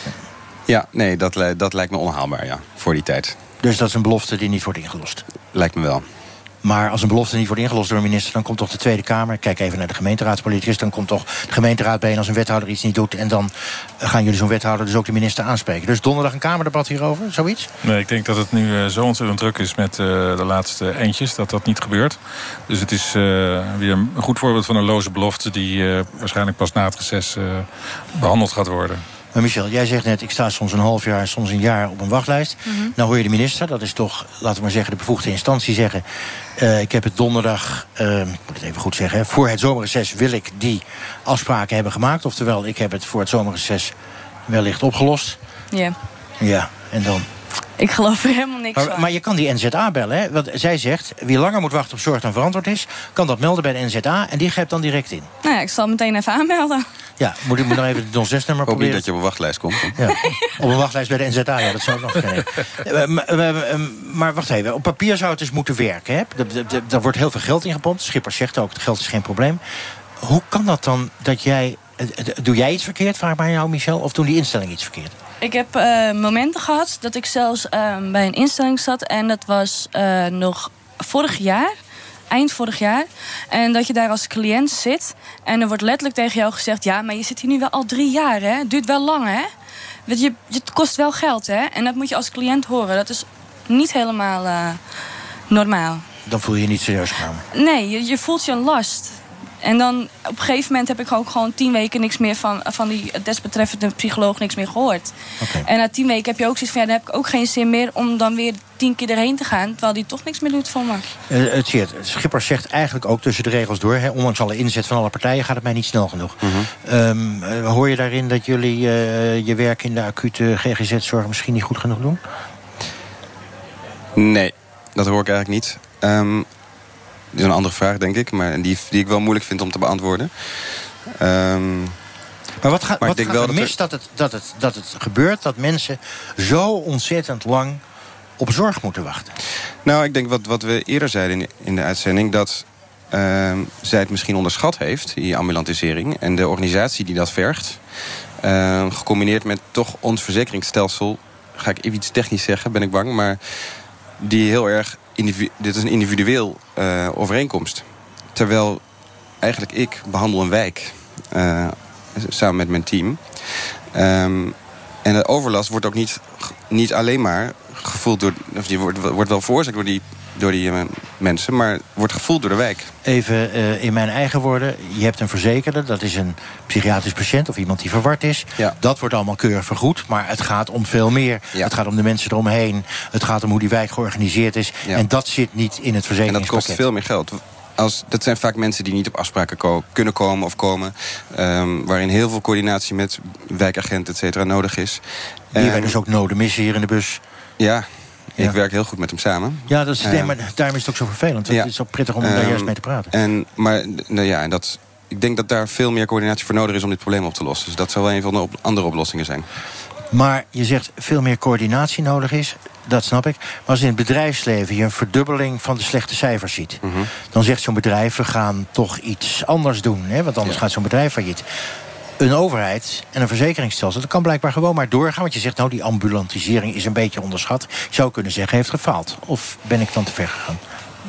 Ja, nee, dat, dat lijkt me onhaalbaar, ja. Voor die tijd. Dus dat is een belofte die niet wordt ingelost? Lijkt me wel. Maar als een belofte niet wordt ingelost door een minister, dan komt toch de Tweede Kamer. Kijk even naar de gemeenteraadspoliticus. Dan komt toch de gemeenteraad bijeen als een wethouder iets niet doet. En dan gaan jullie zo'n wethouder dus ook de minister aanspreken. Dus donderdag een kamerdebat hierover, zoiets? Nee, ik denk dat het nu uh, zo ontzettend druk is met uh, de laatste eindjes, dat dat niet gebeurt. Dus het is uh, weer een goed voorbeeld van een loze belofte die uh, waarschijnlijk pas na het reces uh, behandeld gaat worden. Maar Michel, jij zegt net, ik sta soms een half jaar, soms een jaar op een wachtlijst. Mm-hmm. Nou hoor je de minister, dat is toch, laten we maar zeggen, de bevoegde instantie zeggen. Uh, ik heb het donderdag, uh, ik moet het even goed zeggen, hè, voor het zomerreces wil ik die afspraken hebben gemaakt. Oftewel, ik heb het voor het zomerreces wellicht opgelost. Ja. Yeah. Ja, en dan? Ik geloof er helemaal niks maar, van. Maar je kan die N Z A bellen, hè? Want zij zegt, wie langer moet wachten op zorg dan verantwoord is, kan dat melden bij de N Z A en die grijpt dan direct in. Nou ja, ik zal het meteen even aanmelden. Ja, moet ik moet nog even het nul zes nummer Hoop proberen. niet dat je op een wachtlijst komt. Ja, op een wachtlijst bij de N Z A, ja, dat zou ik nog kunnen. Uh, maar, uh, uh, maar wacht even, op papier zou het dus moeten werken, hè? Daar wordt heel veel geld in gepompt. Schippers zegt ook, het geld is geen probleem. Hoe kan dat dan dat jij... Uh, doe jij iets verkeerd, vraag maar aan jou, Michel, of doen die instellingen iets verkeerd? Ik heb uh, momenten gehad dat ik zelfs uh, bij een instelling zat. En dat was uh, nog vorig jaar, eind vorig jaar. En dat je daar als cliënt zit. En er wordt letterlijk tegen jou gezegd: ja, maar je zit hier nu wel al drie jaar, hè? Het duurt wel lang, hè? Weet je, het kost wel geld, hè? En dat moet je als cliënt horen. Dat is niet helemaal uh, normaal. Dan voel je je niet serieus genomen? Nee, je, je voelt je een last. En dan op een gegeven moment heb ik ook gewoon tien weken niks meer van, van die desbetreffende psycholoog niks meer gehoord. Okay. En na tien weken heb je ook zoiets van, ja, dan heb ik ook geen zin meer om dan weer tien keer erheen te gaan, terwijl die toch niks meer doet voor me. Uh, het Geert, Schippers zegt eigenlijk ook tussen de regels door, hè, ondanks alle inzet van alle partijen gaat het mij niet snel genoeg. Mm-hmm. Um, uh, hoor je daarin dat jullie uh, je werk in de acute G G Z-zorg misschien niet goed genoeg doen? Nee, dat hoor ik eigenlijk niet. Um, Dat is een andere vraag, denk ik, maar die, die ik wel moeilijk vind om te beantwoorden. Um, maar wat, ga, maar wat ik gaat wel er dat mis er... dat het, dat, het, dat het gebeurt dat mensen zo ontzettend lang op zorg moeten wachten? Nou, ik denk wat, wat we eerder zeiden in, in de uitzending, dat uh, zij het misschien onderschat heeft, die ambulantisering, en de organisatie die dat vergt. Uh, gecombineerd met toch ons verzekeringsstelsel, ga ik even iets technisch zeggen, ben ik bang, maar die heel erg, individu- dit is een individueel uh, overeenkomst. Terwijl eigenlijk ik behandel een wijk, uh, samen met mijn team. Um, en de overlast wordt ook niet, niet alleen maar gevoeld door, of die wordt, wordt wel veroorzaakt door die, door die uh, mensen, maar wordt gevoeld door de wijk. Even uh, in mijn eigen woorden, je hebt een verzekerde, dat is een psychiatrisch patiënt of iemand die verward is. Ja. Dat wordt allemaal keurig vergoed, maar het gaat om veel meer. Ja. Het gaat om de mensen eromheen, het gaat om hoe die wijk georganiseerd is. Ja. En dat zit niet in het verzekeringspakket. En dat kost veel meer geld. Als, dat zijn vaak mensen die niet op afspraken ko- kunnen komen of komen. Um, waarin heel veel coördinatie met wijkagenten, et cetera, nodig is. Die um, wij dus ook noden missen hier in de bus. Ja, ik ja. werk heel goed met hem samen. Ja, dat is, um, nee, maar daarom is het ook zo vervelend. Ja. Het is ook prettig om um, daar juist mee te praten. En, maar nou ja, en dat, ik denk dat daar veel meer coördinatie voor nodig is om dit probleem op te lossen. Dus dat zou wel een van de op- andere oplossingen zijn. Maar je zegt veel meer coördinatie nodig is. Dat snap ik. Maar als in het bedrijfsleven je een verdubbeling van de slechte cijfers ziet, mm-hmm. dan zegt zo'n bedrijf, we gaan toch iets anders doen. Hè? Want anders ja. gaat zo'n bedrijf failliet. Een overheid en een verzekeringsstelsel, dat kan blijkbaar gewoon maar doorgaan. Want je zegt, nou, die ambulantisering is een beetje onderschat. Je zou kunnen zeggen, heeft gefaald. Of ben ik dan te ver gegaan?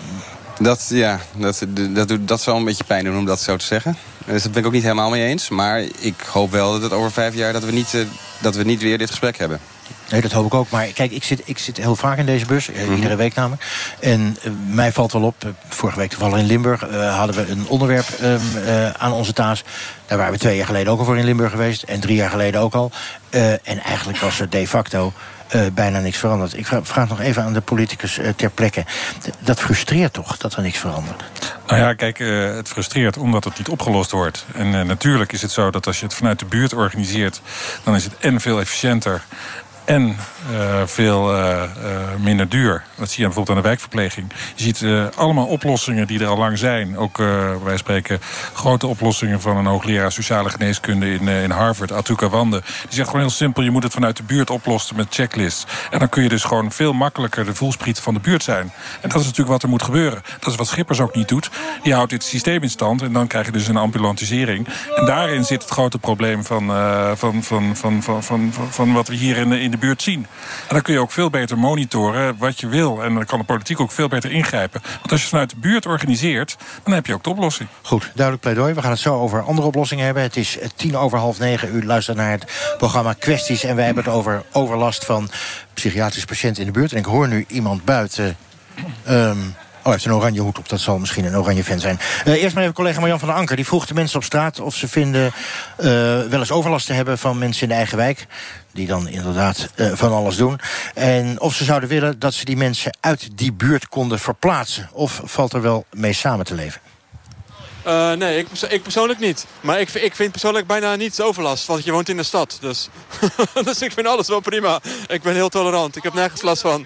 Dat, ja, dat, dat, dat zou een beetje pijn doen om dat zo te zeggen. Dus dat ben ik ook niet helemaal mee eens. Maar ik hoop wel dat het over vijf jaar dat we niet, uh, dat we niet weer dit gesprek hebben. Nee, dat hoop ik ook. Maar kijk, ik zit, ik zit heel vaak in deze bus. Mm-hmm. Iedere week namelijk. En uh, mij valt wel op, uh, vorige week toevallig in Limburg Uh, hadden we een onderwerp uh, uh, aan onze taas. Daar waren we twee jaar geleden ook al voor in Limburg geweest. En drie jaar geleden ook al. Uh, en eigenlijk was er de facto Uh, bijna niks veranderd. Ik vraag, vraag nog even aan de politicus uh, ter plekke. D- dat frustreert toch, dat er niks verandert? Nou ja, kijk, uh, het frustreert omdat het niet opgelost wordt. En uh, natuurlijk is het zo dat als je het vanuit de buurt organiseert, dan is het en veel efficiënter en uh, veel uh, uh, minder duur. Dat zie je bijvoorbeeld aan de wijkverpleging. Je ziet uh, allemaal oplossingen die er al lang zijn. Ook, uh, wij spreken grote oplossingen van een hoogleraar sociale geneeskunde in, uh, in Harvard, Atuka Wande. Die zegt gewoon heel simpel, je moet het vanuit de buurt oplossen met checklists. En dan kun je dus gewoon veel makkelijker de voelspriet van de buurt zijn. En dat is natuurlijk wat er moet gebeuren. Dat is wat Schippers ook niet doet. Die houdt dit systeem in stand en dan krijg je dus een ambulantisering. En daarin zit het grote probleem van, uh, van, van, van, van, van, van, van wat we hier in de, in de buurt zien. En dan kun je ook veel beter monitoren wat je wil. En dan kan de politiek ook veel beter ingrijpen. Want als je vanuit de buurt organiseert, dan heb je ook de oplossing. Goed, duidelijk pleidooi. We gaan het zo over andere oplossingen hebben. Het is tien over half negen. U luistert naar het programma Kwesties. En wij hebben het over overlast van psychiatrische patiënten in de buurt. En ik hoor nu iemand buiten. Um, Oh, hij heeft een oranje hoed op, dat zal misschien een oranje fan zijn. Uh, eerst maar even collega Marjan van den Anker. Die vroeg de mensen op straat of ze vinden uh, wel eens overlast te hebben van mensen in de eigen wijk. Die dan inderdaad uh, van alles doen. En of ze zouden willen dat ze die mensen uit die buurt konden verplaatsen. Of valt er wel mee samen te leven? Uh, nee, ik, ik persoonlijk niet. Maar ik, ik vind persoonlijk bijna niets overlast. Want je woont in de stad. Dus, dus ik vind alles wel prima. Ik ben heel tolerant. Ik heb nergens last van.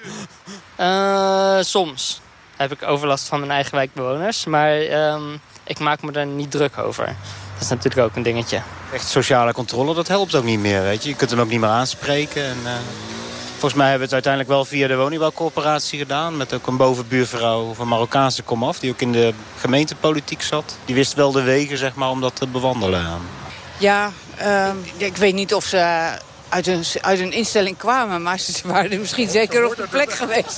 Uh, soms heb ik overlast van mijn eigen wijkbewoners. Maar um, ik maak me daar niet druk over. Dat is natuurlijk ook een dingetje. Echt sociale controle, dat helpt ook niet meer, weet je. Je kunt hem ook niet meer aanspreken. En, uh, volgens mij hebben we het uiteindelijk wel via de woningbouwcorporatie gedaan. Met ook een bovenbuurvrouw van Marokkaanse komaf, die ook in de gemeentepolitiek zat. Die wist wel de wegen, zeg maar, om dat te bewandelen. Ja, uh, ik weet niet of ze uit een, uit een instelling kwamen. Maar ze waren er misschien zeker op de plek geweest.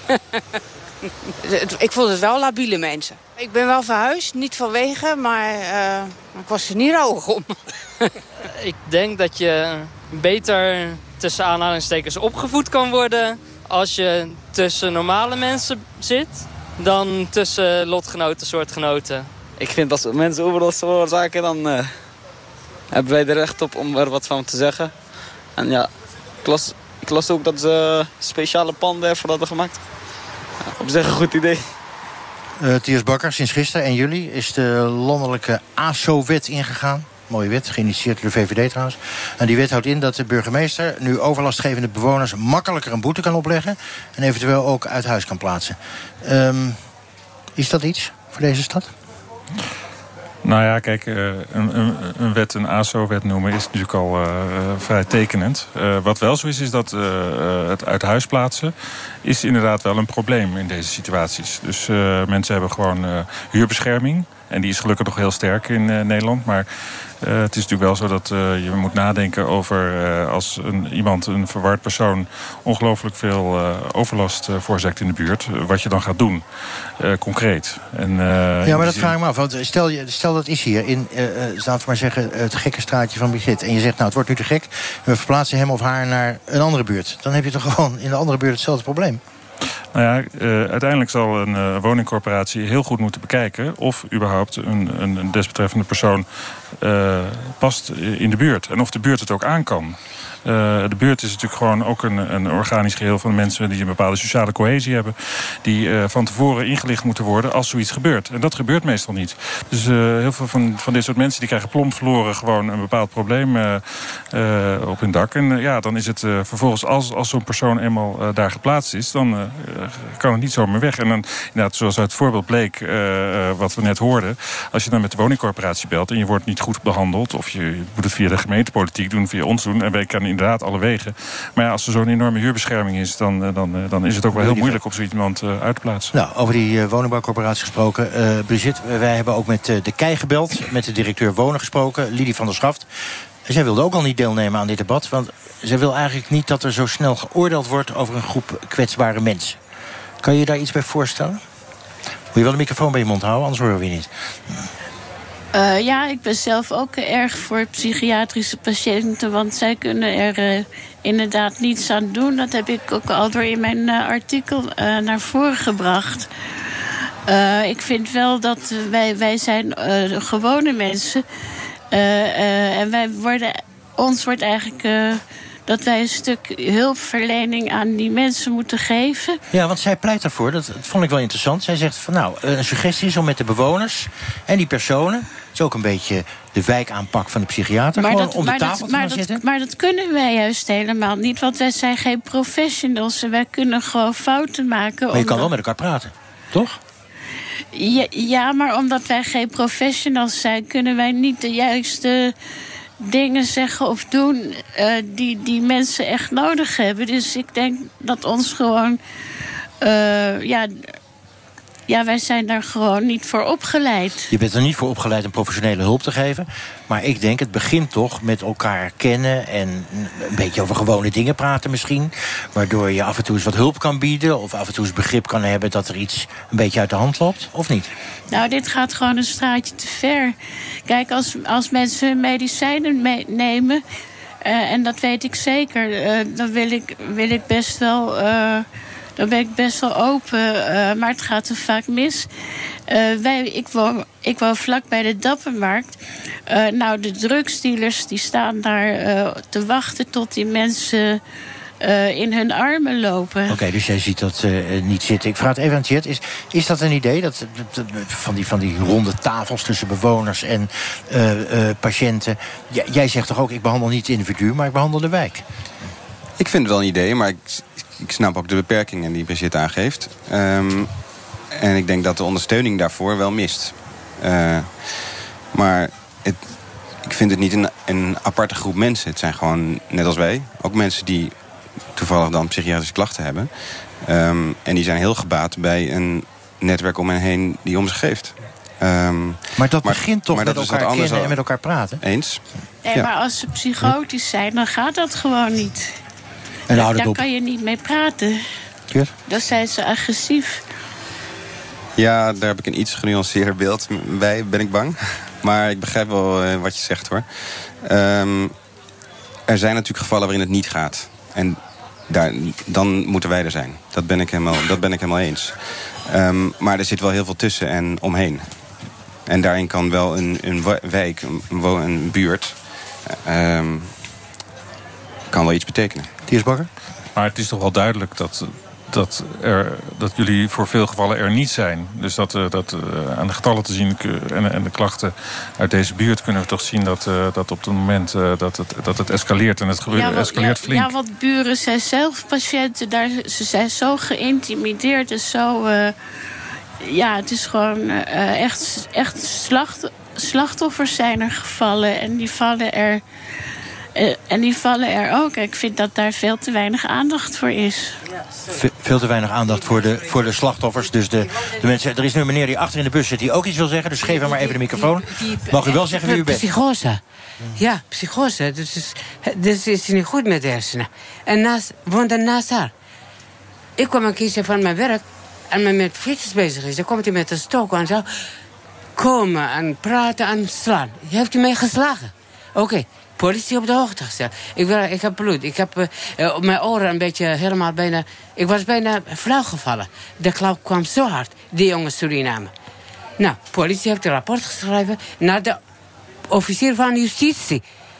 Ik vond het wel labiele mensen. Ik ben wel verhuisd, niet vanwege, maar uh, ik was er niet rouwig om. Ik denk dat je beter tussen aanhalingstekens opgevoed kan worden als je tussen normale mensen zit dan tussen lotgenoten, soortgenoten. Ik vind als mensen overlast veroorzaken, dan uh, hebben wij er recht op om er wat van te zeggen. En ja, ik las, ik las ook dat ze speciale panden ervoor hadden gemaakt. Op zich een goed idee. Uh, Thiers Bakker, sinds gisteren en jullie is de landelijke A S O-wet ingegaan. Mooie wet, geïnitieerd door de V V D trouwens. En die wet houdt in dat de burgemeester nu overlastgevende bewoners makkelijker een boete kan opleggen en eventueel ook uit huis kan plaatsen. Um, is dat iets voor deze stad? Nou ja, kijk, een, een, een wet, een A S O-wet noemen is natuurlijk al uh, vrij tekenend. Uh, wat wel zo is, is dat uh, het uit huis plaatsen is inderdaad wel een probleem in deze situaties. Dus uh, mensen hebben gewoon uh, huurbescherming. En die is gelukkig nog heel sterk in uh, Nederland. Maar uh, het is natuurlijk wel zo dat uh, je moet nadenken over uh, als een, iemand, een verward persoon, ongelooflijk veel uh, overlast uh, veroorzaakt in de buurt. Uh, wat je dan gaat doen, uh, concreet. En, uh, ja, maar dat vraag ik me af. Want stel, je, stel dat is hier in, uh, laten we maar zeggen, het gekke straatje van Brigitte. En je zegt, nou, het wordt nu te gek. We verplaatsen hem of haar naar een andere buurt. Dan heb je toch gewoon in de andere buurt hetzelfde probleem. Nou ja, uh, uiteindelijk zal een uh, woningcorporatie heel goed moeten bekijken of überhaupt een, een, een desbetreffende persoon uh, past in de buurt. En of de buurt het ook aan kan. Uh, de buurt is natuurlijk gewoon ook een, een organisch geheel van mensen die een bepaalde sociale cohesie hebben. Die uh, van tevoren ingelicht moeten worden als zoiets gebeurt. En dat gebeurt meestal niet. Dus uh, heel veel van, van dit soort mensen die krijgen plomp verloren gewoon een bepaald probleem uh, uh, op hun dak. En uh, ja, dan is het uh, vervolgens, als, als zo'n persoon eenmaal uh, daar geplaatst is, dan uh, kan het niet zomaar weg. En dan, inderdaad, zoals uit het voorbeeld bleek, uh, uh, wat we net hoorden, als je dan met de woningcorporatie belt en je wordt niet goed behandeld, of je moet het via de gemeentepolitiek doen, via ons doen, en wij kunnen inderdaad alle wegen. Maar ja, als er zo'n enorme huurbescherming is, dan, dan, dan is het ook wel heel moeilijk om zo iemand uh, uit te plaatsen. Nou, over die uh, woningbouwcorporatie gesproken. Uh, Brigitte, wij hebben ook met uh, de Kei gebeld, met de directeur Wonen gesproken, Lidie van der Schaft. Zij wilde ook al niet deelnemen aan dit debat, want zij wil eigenlijk niet dat er zo snel geoordeeld wordt over een groep kwetsbare mensen. Kan je je daar iets bij voorstellen? Moet je wel de microfoon bij je mond houden, anders horen we je niet. Uh, ja, ik ben zelf ook erg voor psychiatrische patiënten, want zij kunnen er uh, inderdaad niets aan doen. Dat heb ik ook al door in mijn uh, artikel uh, naar voren gebracht. Uh, ik vind wel dat uh, wij, wij zijn uh, gewone mensen. Uh, uh, en wij worden, ons wordt eigenlijk Uh, dat wij een stuk hulpverlening aan die mensen moeten geven. Ja, want zij pleit daarvoor, dat, dat vond ik wel interessant. Zij zegt van nou, een suggestie is om met de bewoners en die personen, het is ook een beetje de wijkaanpak van de psychiater, maar gewoon dat, om de tafel dat, te gaan dat, zitten. Maar dat kunnen wij juist helemaal niet, want wij zijn geen professionals en wij kunnen gewoon fouten maken. Maar je omdat... kan wel met elkaar praten, toch? Ja, ja, maar omdat wij geen professionals zijn, kunnen wij niet de juiste dingen zeggen of doen uh, die, die mensen echt nodig hebben. Dus ik denk dat ons gewoon Uh, ja, ja, wij zijn daar gewoon niet voor opgeleid. Je bent er niet voor opgeleid om professionele hulp te geven. Maar ik denk, het begint toch met elkaar kennen en een beetje over gewone dingen praten misschien. Waardoor je af en toe eens wat hulp kan bieden of af en toe eens begrip kan hebben dat er iets een beetje uit de hand loopt, of niet? Nou, dit gaat gewoon een straatje te ver. Kijk, als, als mensen hun medicijnen mee- nemen, uh, en dat weet ik zeker, uh, dan wil ik, wil ik best wel Uh, Dan ben ik best wel open, uh, maar het gaat er vaak mis. Uh, wij, ik, woon, ik woon vlak bij de Dappermarkt. Uh, nou, de drugsdealers die staan daar uh, te wachten tot die mensen uh, in hun armen lopen. Oké, okay, dus jij ziet dat uh, niet zitten. Ik vraag het even aan Tjet. Is, is dat een idee? Dat, dat, van, die, van die ronde tafels tussen bewoners en uh, uh, patiënten. J- jij zegt toch ook, ik behandel niet het individu, maar ik behandel de wijk. Ik vind het wel een idee, maar ik... Ik snap ook de beperkingen die Brigitte aangeeft. Um, en ik denk dat de ondersteuning daarvoor wel mist. Uh, maar het, ik vind het niet een, een aparte groep mensen. Het zijn gewoon, net als wij, ook mensen die toevallig dan psychiatrische klachten hebben. Um, en die zijn heel gebaat bij een netwerk om hen heen die om zich geeft. Um, maar dat maar, begint toch maar met dat elkaar kennen en met elkaar praten? Eens. Nee, ja. Maar als ze psychotisch zijn, dan gaat dat gewoon niet. En daar daar kan je niet mee praten. Kut. Dan zijn ze agressief. Ja, daar heb ik een iets genuanceerder beeld bij, ben ik bang. Maar ik begrijp wel uh, wat je zegt, hoor. Um, er zijn natuurlijk gevallen waarin het niet gaat. En daar, dan moeten wij er zijn. Dat ben ik helemaal, dat ben ik helemaal eens. Um, maar er zit wel heel veel tussen en omheen. En daarin kan wel een, een wijk, een, een buurt Um, kan wel iets betekenen. Thiers Bakker? Maar het is toch wel duidelijk dat, dat, er, dat jullie voor veel gevallen er niet zijn. Dus dat, uh, dat uh, aan de getallen te zien en, en de klachten uit deze buurt kunnen we toch zien dat, uh, dat op het moment uh, dat, het, dat het escaleert. En het gebeurt, ja, wat, escaleert ja, flink. Ja, want buren zijn zelf patiënten. Daar, ze zijn zo geïntimideerd en zo Uh, ja, het is gewoon uh, echt, echt slacht, slachtoffers zijn er gevallen. En die vallen er Uh, en die vallen er ook. Ik vind dat daar veel te weinig aandacht voor is. Ve- veel te weinig aandacht voor de, voor de slachtoffers. Dus de, de mensen, er is nu een meneer die achter in de bus zit die ook iets wil zeggen. Dus geef hem maar even de microfoon. Mag u wel zeggen wie u bent? Psychose. Ja, psychose. Dus is, dus is niet goed met de hersenen. En naast, woonde naast haar. Ik kwam een keertje van mijn werk en men met frietjes bezig is. Dan komt hij met een stok en zo. Komen en praten en slaan. Heeft u mij geslagen? Oké. Okay. Politie op de hoogte gesteld. Ik, wil, ik heb bloed. Ik heb uh, op mijn oren een beetje helemaal bijna... Ik was bijna flauw gevallen. De klap kwam zo hard, die jongen Suriname. Nou, politie heeft een rapport geschreven naar de officier van justitie.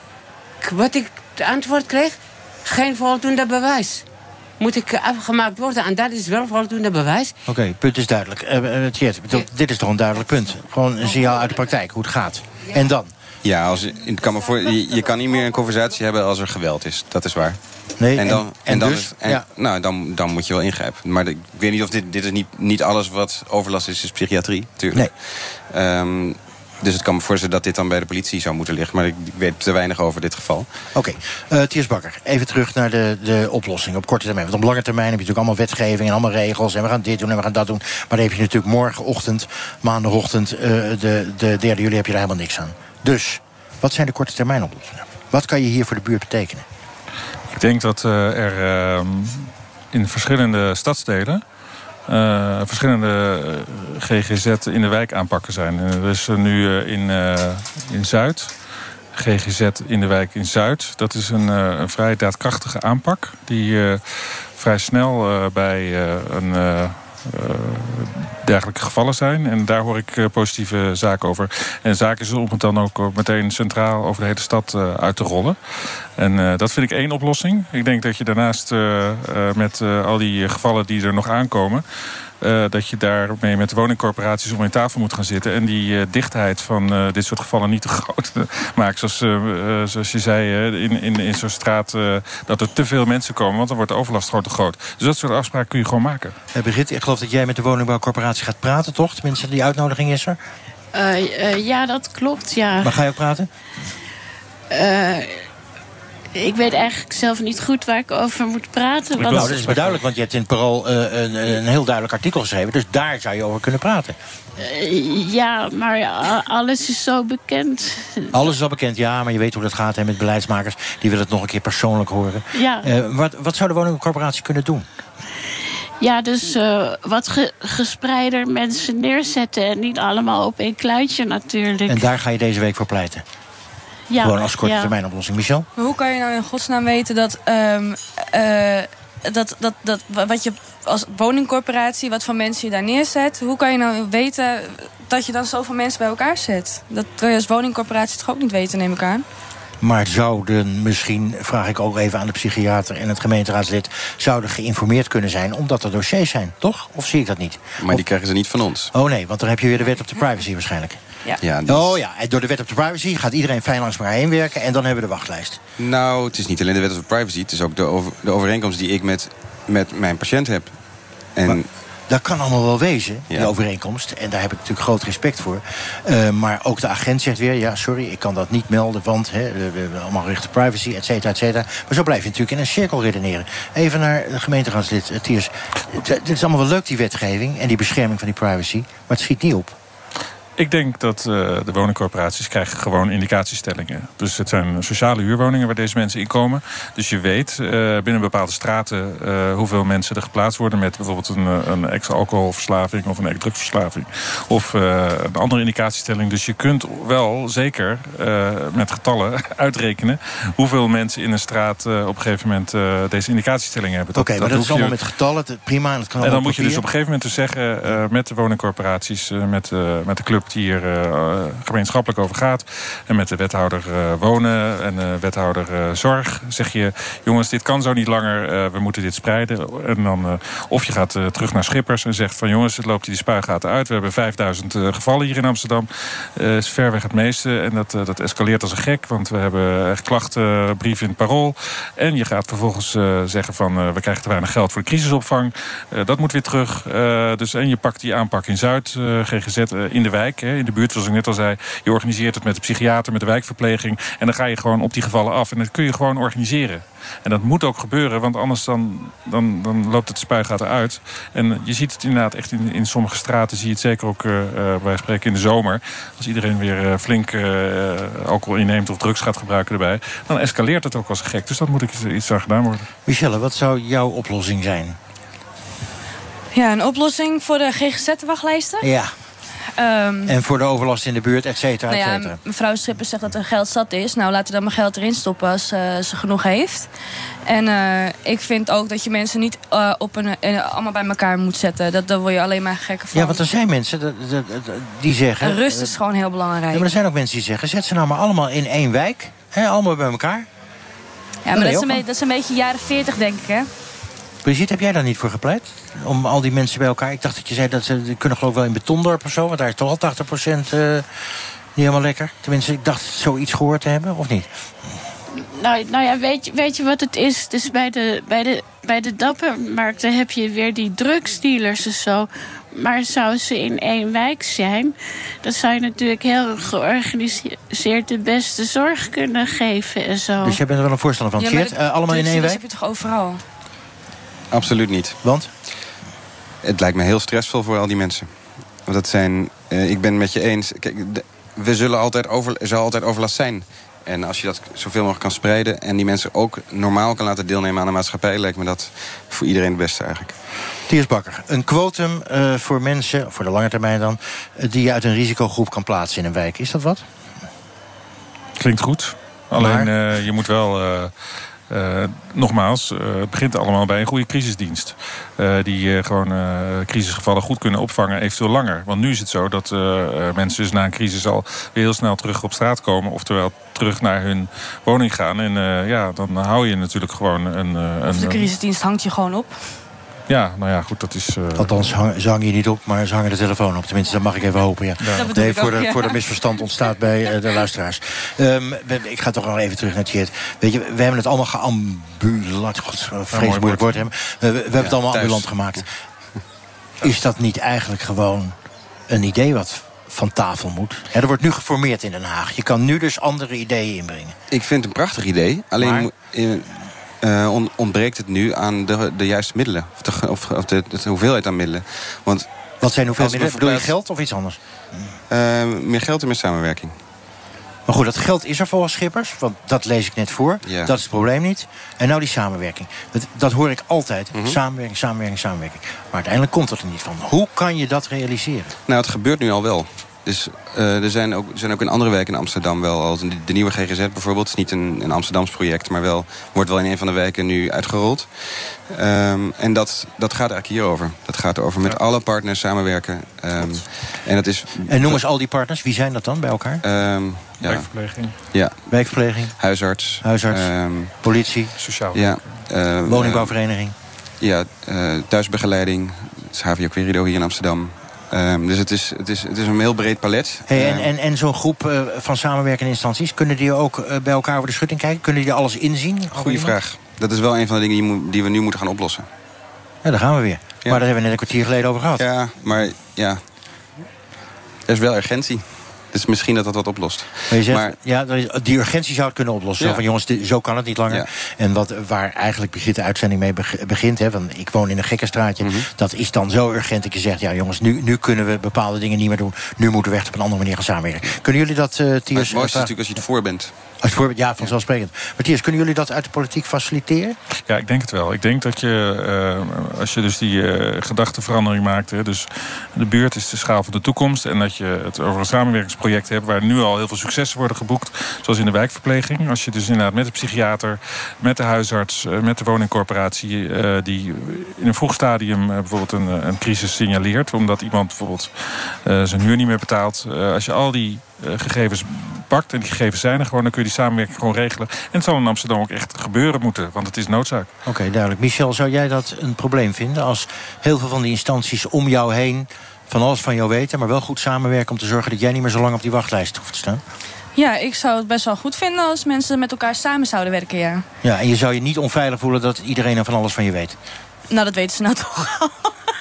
Wat ik het antwoord kreeg, geen voldoende bewijs. Moet ik afgemaakt worden en dat is wel voldoende bewijs. Oké, okay, punt is duidelijk. Uh, uh, Tjeerd, dit is toch een duidelijk punt. Gewoon een signaal uit de praktijk, hoe het gaat. En dan? Ja, als, ik kan me voor, je, je kan niet meer een conversatie hebben als er geweld is. Dat is waar. Nee, en dan, en, en en dan, dus, is, en, ja. nou, dan, dan moet je wel ingrijpen. Maar de, ik weet niet of dit, dit is niet, niet alles wat overlast is, is psychiatrie, natuurlijk. Nee. Um, dus het kan me voorstellen dat dit dan bij de politie zou moeten liggen. Maar ik, ik weet te weinig over dit geval. Oké, okay. uh, Thiers Bakker, even terug naar de, de oplossing op korte termijn. Want op lange termijn heb je natuurlijk allemaal wetgeving en allemaal regels. En we gaan dit doen en we gaan dat doen. Maar dan heb je natuurlijk morgenochtend, maandagochtend, uh, de, de derde juli heb je daar helemaal niks aan. Dus, wat zijn de korte termijn oplossingen? Wat kan je hier voor de buurt betekenen? Ik denk dat uh, er uh, in verschillende stadsdelen Uh, verschillende G G Z in de wijk aanpakken zijn. Uh, er is nu uh, in, uh, in Zuid, G G Z in de wijk in Zuid. Dat is een, uh, een vrij daadkrachtige aanpak die uh, vrij snel uh, bij uh, een uh, uh, dergelijke gevallen zijn. En daar hoor ik uh, positieve zaken over. En de zaak is om het dan ook meteen centraal over de hele stad uh, uit te rollen. En uh, dat vind ik één oplossing. Ik denk dat je daarnaast uh, uh, met uh, al die gevallen die er nog aankomen, Uh, dat je daarmee met de woningcorporaties om in tafel moet gaan zitten en die uh, dichtheid van uh, dit soort gevallen niet te groot maakt. Zoals, uh, uh, zoals je zei, uh, in, in, in zo'n straat uh, dat er te veel mensen komen, want dan wordt de overlast gewoon te groot. Dus dat soort afspraken kun je gewoon maken. Uh, Brigitte, ik geloof dat jij met de woningbouwcorporatie gaat praten, toch? Tenminste, die uitnodiging is er. Uh, uh, ja, dat klopt, ja. Maar ga je ook praten? Uh, Ik weet eigenlijk zelf niet goed waar ik over moet praten. Nou, dat is beduidelijk, want je hebt in het Parool uh, een, een heel duidelijk artikel geschreven. Dus daar zou je over kunnen praten. Uh, ja, maar uh, alles is zo bekend. Alles is al bekend, ja, maar je weet hoe dat gaat hè, met beleidsmakers. Die willen het nog een keer persoonlijk horen. Ja. Uh, wat, wat zou de woningcorporatie kunnen doen? Ja, dus uh, wat ge gespreider mensen neerzetten. En niet allemaal op één kluitje natuurlijk. En daar ga je deze week voor pleiten? Ja, gewoon als korte ja. termijn oplossing. Michel? Maar hoe kan je nou in godsnaam weten dat, um, uh, dat, dat, dat wat je als woningcorporatie, wat voor mensen je daar neerzet, hoe kan je nou weten dat je dan zoveel mensen bij elkaar zet? Dat kan je als woningcorporatie toch ook niet weten, neem ik aan. Maar zouden misschien, vraag ik ook even aan de psychiater en het gemeenteraadslid, zouden geïnformeerd kunnen zijn omdat er dossiers zijn, toch? Of zie ik dat niet? Maar of... die krijgen ze niet van ons. Oh nee, want dan heb je weer de wet op de privacy waarschijnlijk. Ja. Ja, dus... Oh ja, en door de wet op de privacy gaat iedereen fijn langs elkaar heen werken en dan hebben we de wachtlijst. Nou, het is niet alleen de wet op de privacy, het is ook de, over, de overeenkomst die ik met, met mijn patiënt heb. En... Maar dat kan allemaal wel wezen, die ja. overeenkomst. En daar heb ik natuurlijk groot respect voor. Uh, maar ook de agent zegt weer, ja, sorry, ik kan dat niet melden, want hè, we hebben allemaal recht op privacy, et cetera, et cetera. Maar zo blijf je natuurlijk in een cirkel redeneren. Even naar de gemeenteraadslid uh, Thiers. Het is allemaal wel leuk, die wetgeving en die bescherming van die privacy, maar het schiet niet op. Ik denk dat uh, de woningcorporaties krijgen gewoon indicatiestellingen. Dus het zijn sociale huurwoningen waar deze mensen in komen. Dus je weet uh, binnen bepaalde straten uh, hoeveel mensen er geplaatst worden met bijvoorbeeld een, een ex-alcoholverslaving of een ex-drugsverslaving. Of uh, een andere indicatiestelling. Dus je kunt wel zeker uh, met getallen uitrekenen hoeveel mensen in een straat uh, op een gegeven moment uh, deze indicatiestellingen hebben. Oké, okay, maar dat is allemaal je... met getallen, prima. En, dat kan en dan moet papier. je dus op een gegeven moment dus zeggen uh, met de woningcorporaties, uh, met, uh, met de club die hier uh, gemeenschappelijk over gaat. En met de wethouder uh, wonen en de wethouder uh, zorg. Zeg je, jongens, dit kan zo niet langer. Uh, we moeten dit spreiden. En dan, uh, of je gaat uh, terug naar Schippers en zegt van jongens, het loopt die spuigaten uit. We hebben vijfduizend uh, gevallen hier in Amsterdam. Uh, is verreweg het meeste. En dat, uh, dat escaleert als een gek. Want we hebben echt klachtenbrieven in het Parool. En je gaat vervolgens uh, zeggen van uh, we krijgen te weinig geld voor de crisisopvang. Uh, dat moet weer terug. Uh, dus, en je pakt die aanpak in Zuid, uh, G G Z uh, in de wijk. wijk, hè, in de buurt, zoals ik net al zei. Je organiseert het met de psychiater, met de wijkverpleging. En dan ga je gewoon op die gevallen af. En dat kun je gewoon organiseren. En dat moet ook gebeuren, want anders dan, dan, dan loopt het spuigaten uit. En je ziet het inderdaad echt in, in sommige straten, zie je het zeker ook, uh, wij spreken in de zomer. Als iedereen weer uh, flink uh, alcohol inneemt of drugs gaat gebruiken erbij, dan escaleert het ook als gek. Dus dat moet iets, iets aan gedaan worden. Michelle, wat zou jouw oplossing zijn? Ja, een oplossing voor de G G Z-wachtlijsten? Ja. Um, en voor de overlast in de buurt, et cetera, et nou cetera. ja, mevrouw Schippers zegt dat er geld zat is. Nou, laten we dan maar geld erin stoppen als uh, ze genoeg heeft. En uh, ik vind ook dat je mensen niet uh, op een, uh, allemaal bij elkaar moet zetten. Dat, daar word je alleen maar gekker van. Ja, want er zijn mensen dat, dat, dat, die zeggen... En rust is gewoon heel belangrijk. Ja, maar er zijn ook mensen die zeggen, zet ze nou maar allemaal in één wijk. Hè, allemaal bij elkaar. Ja, maar dat is, een beetje, dat is een beetje jaren veertig, denk ik, hè? Brigitte, heb jij daar niet voor gepleit? Om al die mensen bij elkaar... Ik dacht dat je zei dat ze die kunnen geloof ik wel in Betondorp of zo... want daar is toch al tachtig procent uh, niet helemaal lekker. Tenminste, ik dacht zoiets gehoord te hebben, of niet? Nou, nou ja, weet je, weet je wat het is? Dus bij de, bij de, bij de dappermarkten heb je weer die drugsdealers en zo. Maar zou ze in één wijk zijn... dan zou je natuurlijk heel georganiseerd de beste zorg kunnen geven en zo. Dus jij bent er wel een voorstander van, Tjeerd? Ja, uh, allemaal in één wijk? Dat heb je toch overal? Absoluut niet. Want? Het lijkt me heel stressvol voor al die mensen. Want dat zijn... Uh, ik ben het met je eens. Kijk, de, we zullen altijd over, er zal altijd overlast zijn. En als je dat zoveel mogelijk kan spreiden... en die mensen ook normaal kan laten deelnemen aan de maatschappij... lijkt me dat voor iedereen het beste eigenlijk. Thiers Bakker, een quotum uh, voor mensen, voor de lange termijn dan... Uh, die je uit een risicogroep kan plaatsen in een wijk. Is dat wat? Klinkt goed. Alleen uh, je moet wel... Uh, Uh, nogmaals, uh, het begint allemaal bij een goede crisisdienst. Uh, die uh, gewoon uh, crisisgevallen goed kunnen opvangen, eventueel langer. Want nu is het zo dat uh, uh, mensen dus na een crisis al weer heel snel terug op straat komen. Oftewel terug naar hun woning gaan. En uh, ja, dan hou je natuurlijk gewoon een... Uh, of de een, crisisdienst hangt je gewoon op. Ja, nou ja, goed, dat is... Uh... Althans, hang, ze hangen je niet op, maar ze hangen de telefoon op. Tenminste, dat mag ik even hopen, ja. ja. Dat nee, voor, ook, de, ja. voor de misverstand ontstaat bij uh, de luisteraars. Um, ik ga toch nog even terug naar Tjeerd. Weet je, we hebben het allemaal geambulant... God, vreselijk moeilijk woord hebben. We, we hebben ja, het allemaal thuis. ambulant gemaakt. Is dat niet eigenlijk gewoon een idee wat van tafel moet? Ja, er wordt nu geformeerd in Den Haag. Je kan nu dus andere ideeën inbrengen. Ik vind het een prachtig idee. Alleen... Maar... In, Uh, ontbreekt het nu aan de, de juiste middelen. Of, de, of, of de, de hoeveelheid aan middelen. Want wat zijn hoeveel middelen? Bedoel je geld of iets anders? Uh, meer geld en meer samenwerking. Maar goed, dat geld is er volgens Schippers. Want dat lees ik net voor. Ja. Dat is het probleem niet. En nou die samenwerking. Dat, dat hoor ik altijd. Mm-hmm. Samenwerking, samenwerking, samenwerking. Maar uiteindelijk komt het er niet van. Hoe kan je dat realiseren? Nou, het gebeurt nu al wel. Dus uh, er, zijn ook, er zijn ook in andere wijken in Amsterdam wel al. De, de nieuwe G G Z bijvoorbeeld is niet een, een Amsterdams project... maar wel, wordt wel in een van de wijken nu uitgerold. Um, en dat, dat gaat eigenlijk hierover. Dat gaat over met ja. alle partners samenwerken. Um, en, dat is, en noem eens al die partners. Wie zijn dat dan bij elkaar? Um, ja. Wijkverpleging. Ja. Wijkverpleging. Huisarts. Huisarts. Um, politie. Sociaal. Ja. Uh, Woningbouwvereniging. Uh, ja. Uh, thuisbegeleiding. Het is H V O Querido hier in Amsterdam. Um, dus het is, het, is, het is een heel breed palet. Hey, en, en, en zo'n groep uh, van samenwerkende instanties... kunnen die ook uh, bij elkaar over de schutting kijken? Kunnen die alles inzien? Goeie vraag. Dat is wel een van de dingen die, die we nu moeten gaan oplossen. Ja, daar gaan we weer. Ja. Maar daar hebben we net een kwartier geleden over gehad. Ja, maar ja... Er is wel urgentie. Dus misschien dat dat wat oplost. Maar je zegt, maar, ja, die urgentie zou het kunnen oplossen. Ja. Zo van jongens, dit, zo kan het niet langer. Ja. En wat, waar eigenlijk Brigitte de uitzending mee begint... Hè, van ik woon in een gekkenstraatje... Mm-hmm. dat is dan zo urgent dat je zegt... ja jongens, nu, nu kunnen we bepaalde dingen niet meer doen. Nu moeten we echt op een andere manier gaan samenwerken. Kunnen jullie dat, uh, Thiers... Het mooiste is natuurlijk als je het voor bent. Als je voor, ja, vanzelfsprekend. Matthias, kunnen jullie dat uit de politiek faciliteren? Ja, ik denk het wel. Ik denk dat je, uh, als je dus die uh, gedachteverandering maakt... Hè, dus de buurt is de schaal van de toekomst... en dat je het over een samenwerkingsproject hebt... waar nu al heel veel successen worden geboekt... zoals in de wijkverpleging. Als je dus inderdaad met de psychiater, met de huisarts... Uh, met de woningcorporatie... Uh, die in een vroeg stadium uh, bijvoorbeeld een, een crisis signaleert... omdat iemand bijvoorbeeld uh, zijn huur niet meer betaalt. Uh, als je al die uh, gegevens pakt... en die gegevens zijn er gewoon, dan kun je die samenwerking gewoon regelen. En het zal in Amsterdam ook echt gebeuren moeten, want het is noodzaak. Oké, okay, duidelijk. Michel, zou jij dat een probleem vinden... als heel veel van die instanties om jou heen... van alles van jou weten, maar wel goed samenwerken... om te zorgen dat jij niet meer zo lang op die wachtlijst hoeft te staan? Ja, ik zou het best wel goed vinden als mensen met elkaar samen zouden werken, ja. Ja, en je zou je niet onveilig voelen dat iedereen er van alles van je weet? Nou, dat weten ze nou toch al.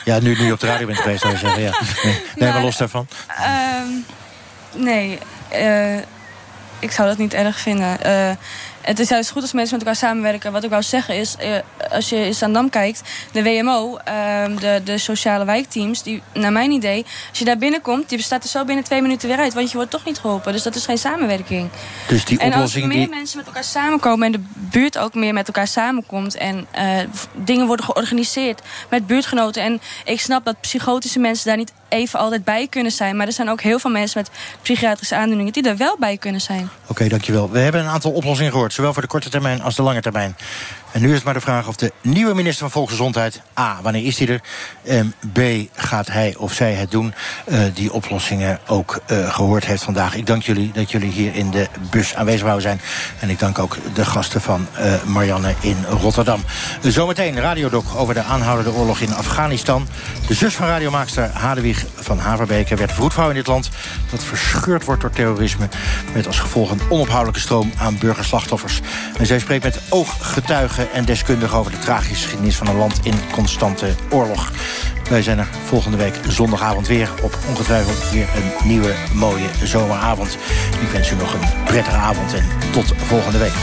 Ja, nu, nu je op de radio bent geweest, zou je zeggen. Ja. Nee, nee Nou, maar los daarvan. Um, nee, uh, ik zou dat niet erg vinden. Uh, het is juist goed als mensen met elkaar samenwerken. Wat ik wou zeggen is, uh, als je in Zaandam kijkt, de W M O, uh, de, de sociale wijkteams, die, naar mijn idee, als je daar binnenkomt, die bestaat er zo binnen twee minuten weer uit, want je wordt toch niet geholpen. Dus dat is geen samenwerking. Dus die en als oplossing meer die... mensen met elkaar samenkomen en de buurt ook meer met elkaar samenkomt en uh, dingen worden georganiseerd met buurtgenoten. En ik snap dat psychotische mensen daar niet even altijd bij kunnen zijn, maar er zijn ook heel veel mensen met psychiatrische aandoeningen die er wel bij kunnen zijn. Oké, okay, dankjewel. We hebben een aantal oplossingen gehoord, zowel voor de korte termijn als de lange termijn. En nu is het maar de vraag of de nieuwe minister van Volksgezondheid, A, wanneer is hij er? En B, gaat hij of zij het doen? Uh, die oplossingen ook uh, gehoord heeft vandaag. Ik dank jullie dat jullie hier in de bus aanwezig wouden zijn. En ik dank ook de gasten van uh, Marianne in Rotterdam. Uh, zometeen Radiodoc over de aanhoudende oorlog in Afghanistan. De zus van radiomaakster Hadewig van Haverbeke werd vroedvrouw in dit land dat verscheurd wordt door terrorisme, met als gevolg een onophoudelijke stroom aan burgerslachtoffers. En zij spreekt met ooggetuigen en deskundigen over de tragische geschiedenis van een land in constante oorlog. Wij zijn er volgende week zondagavond weer op ongetwijfeld weer een nieuwe mooie zomeravond. Ik wens u nog een prettige avond en tot volgende week.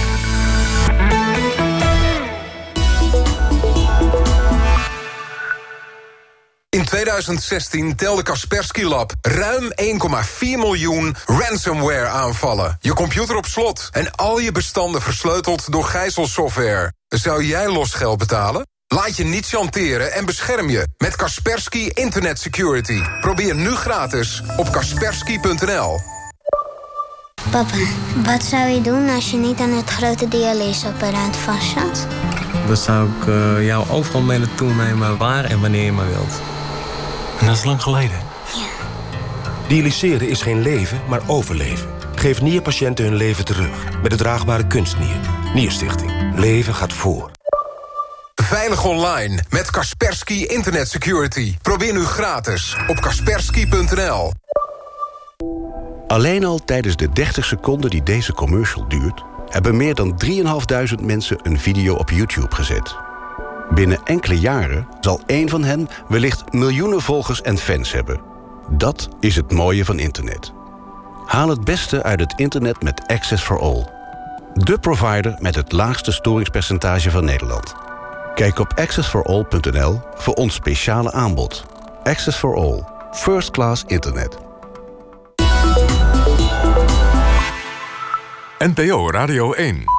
In tweeduizend zestien telde Kaspersky Lab ruim één komma vier miljoen ransomware-aanvallen. Je computer op slot en al je bestanden versleuteld door gijzelsoftware. Zou jij losgeld betalen? Laat je niet chanteren en bescherm je met Kaspersky Internet Security. Probeer nu gratis op kaspersky punt n l. Papa, wat zou je doen als je niet aan het grote dialyseapparaat vast zat? Dan zou ik uh, jou overal mee naartoe nemen, waar en wanneer je maar wilt. En dat is lang geleden. Ja. Dialyseren is geen leven, maar overleven. Geef nierpatiënten hun leven terug met de draagbare kunstnier. Nierstichting. Leven gaat voor. Veilig online met Kaspersky Internet Security. Probeer nu gratis op kaspersky punt n l. Alleen al tijdens de dertig seconden die deze commercial duurt, hebben meer dan drieduizend mensen een video op YouTube gezet. Binnen enkele jaren zal één van hen wellicht miljoenen volgers en fans hebben. Dat is het mooie van internet. Haal het beste uit het internet met Access for All. De provider met het laagste storingspercentage van Nederland. Kijk op access for all punt n l voor ons speciale aanbod. Access for All. First class internet. N P O Radio één.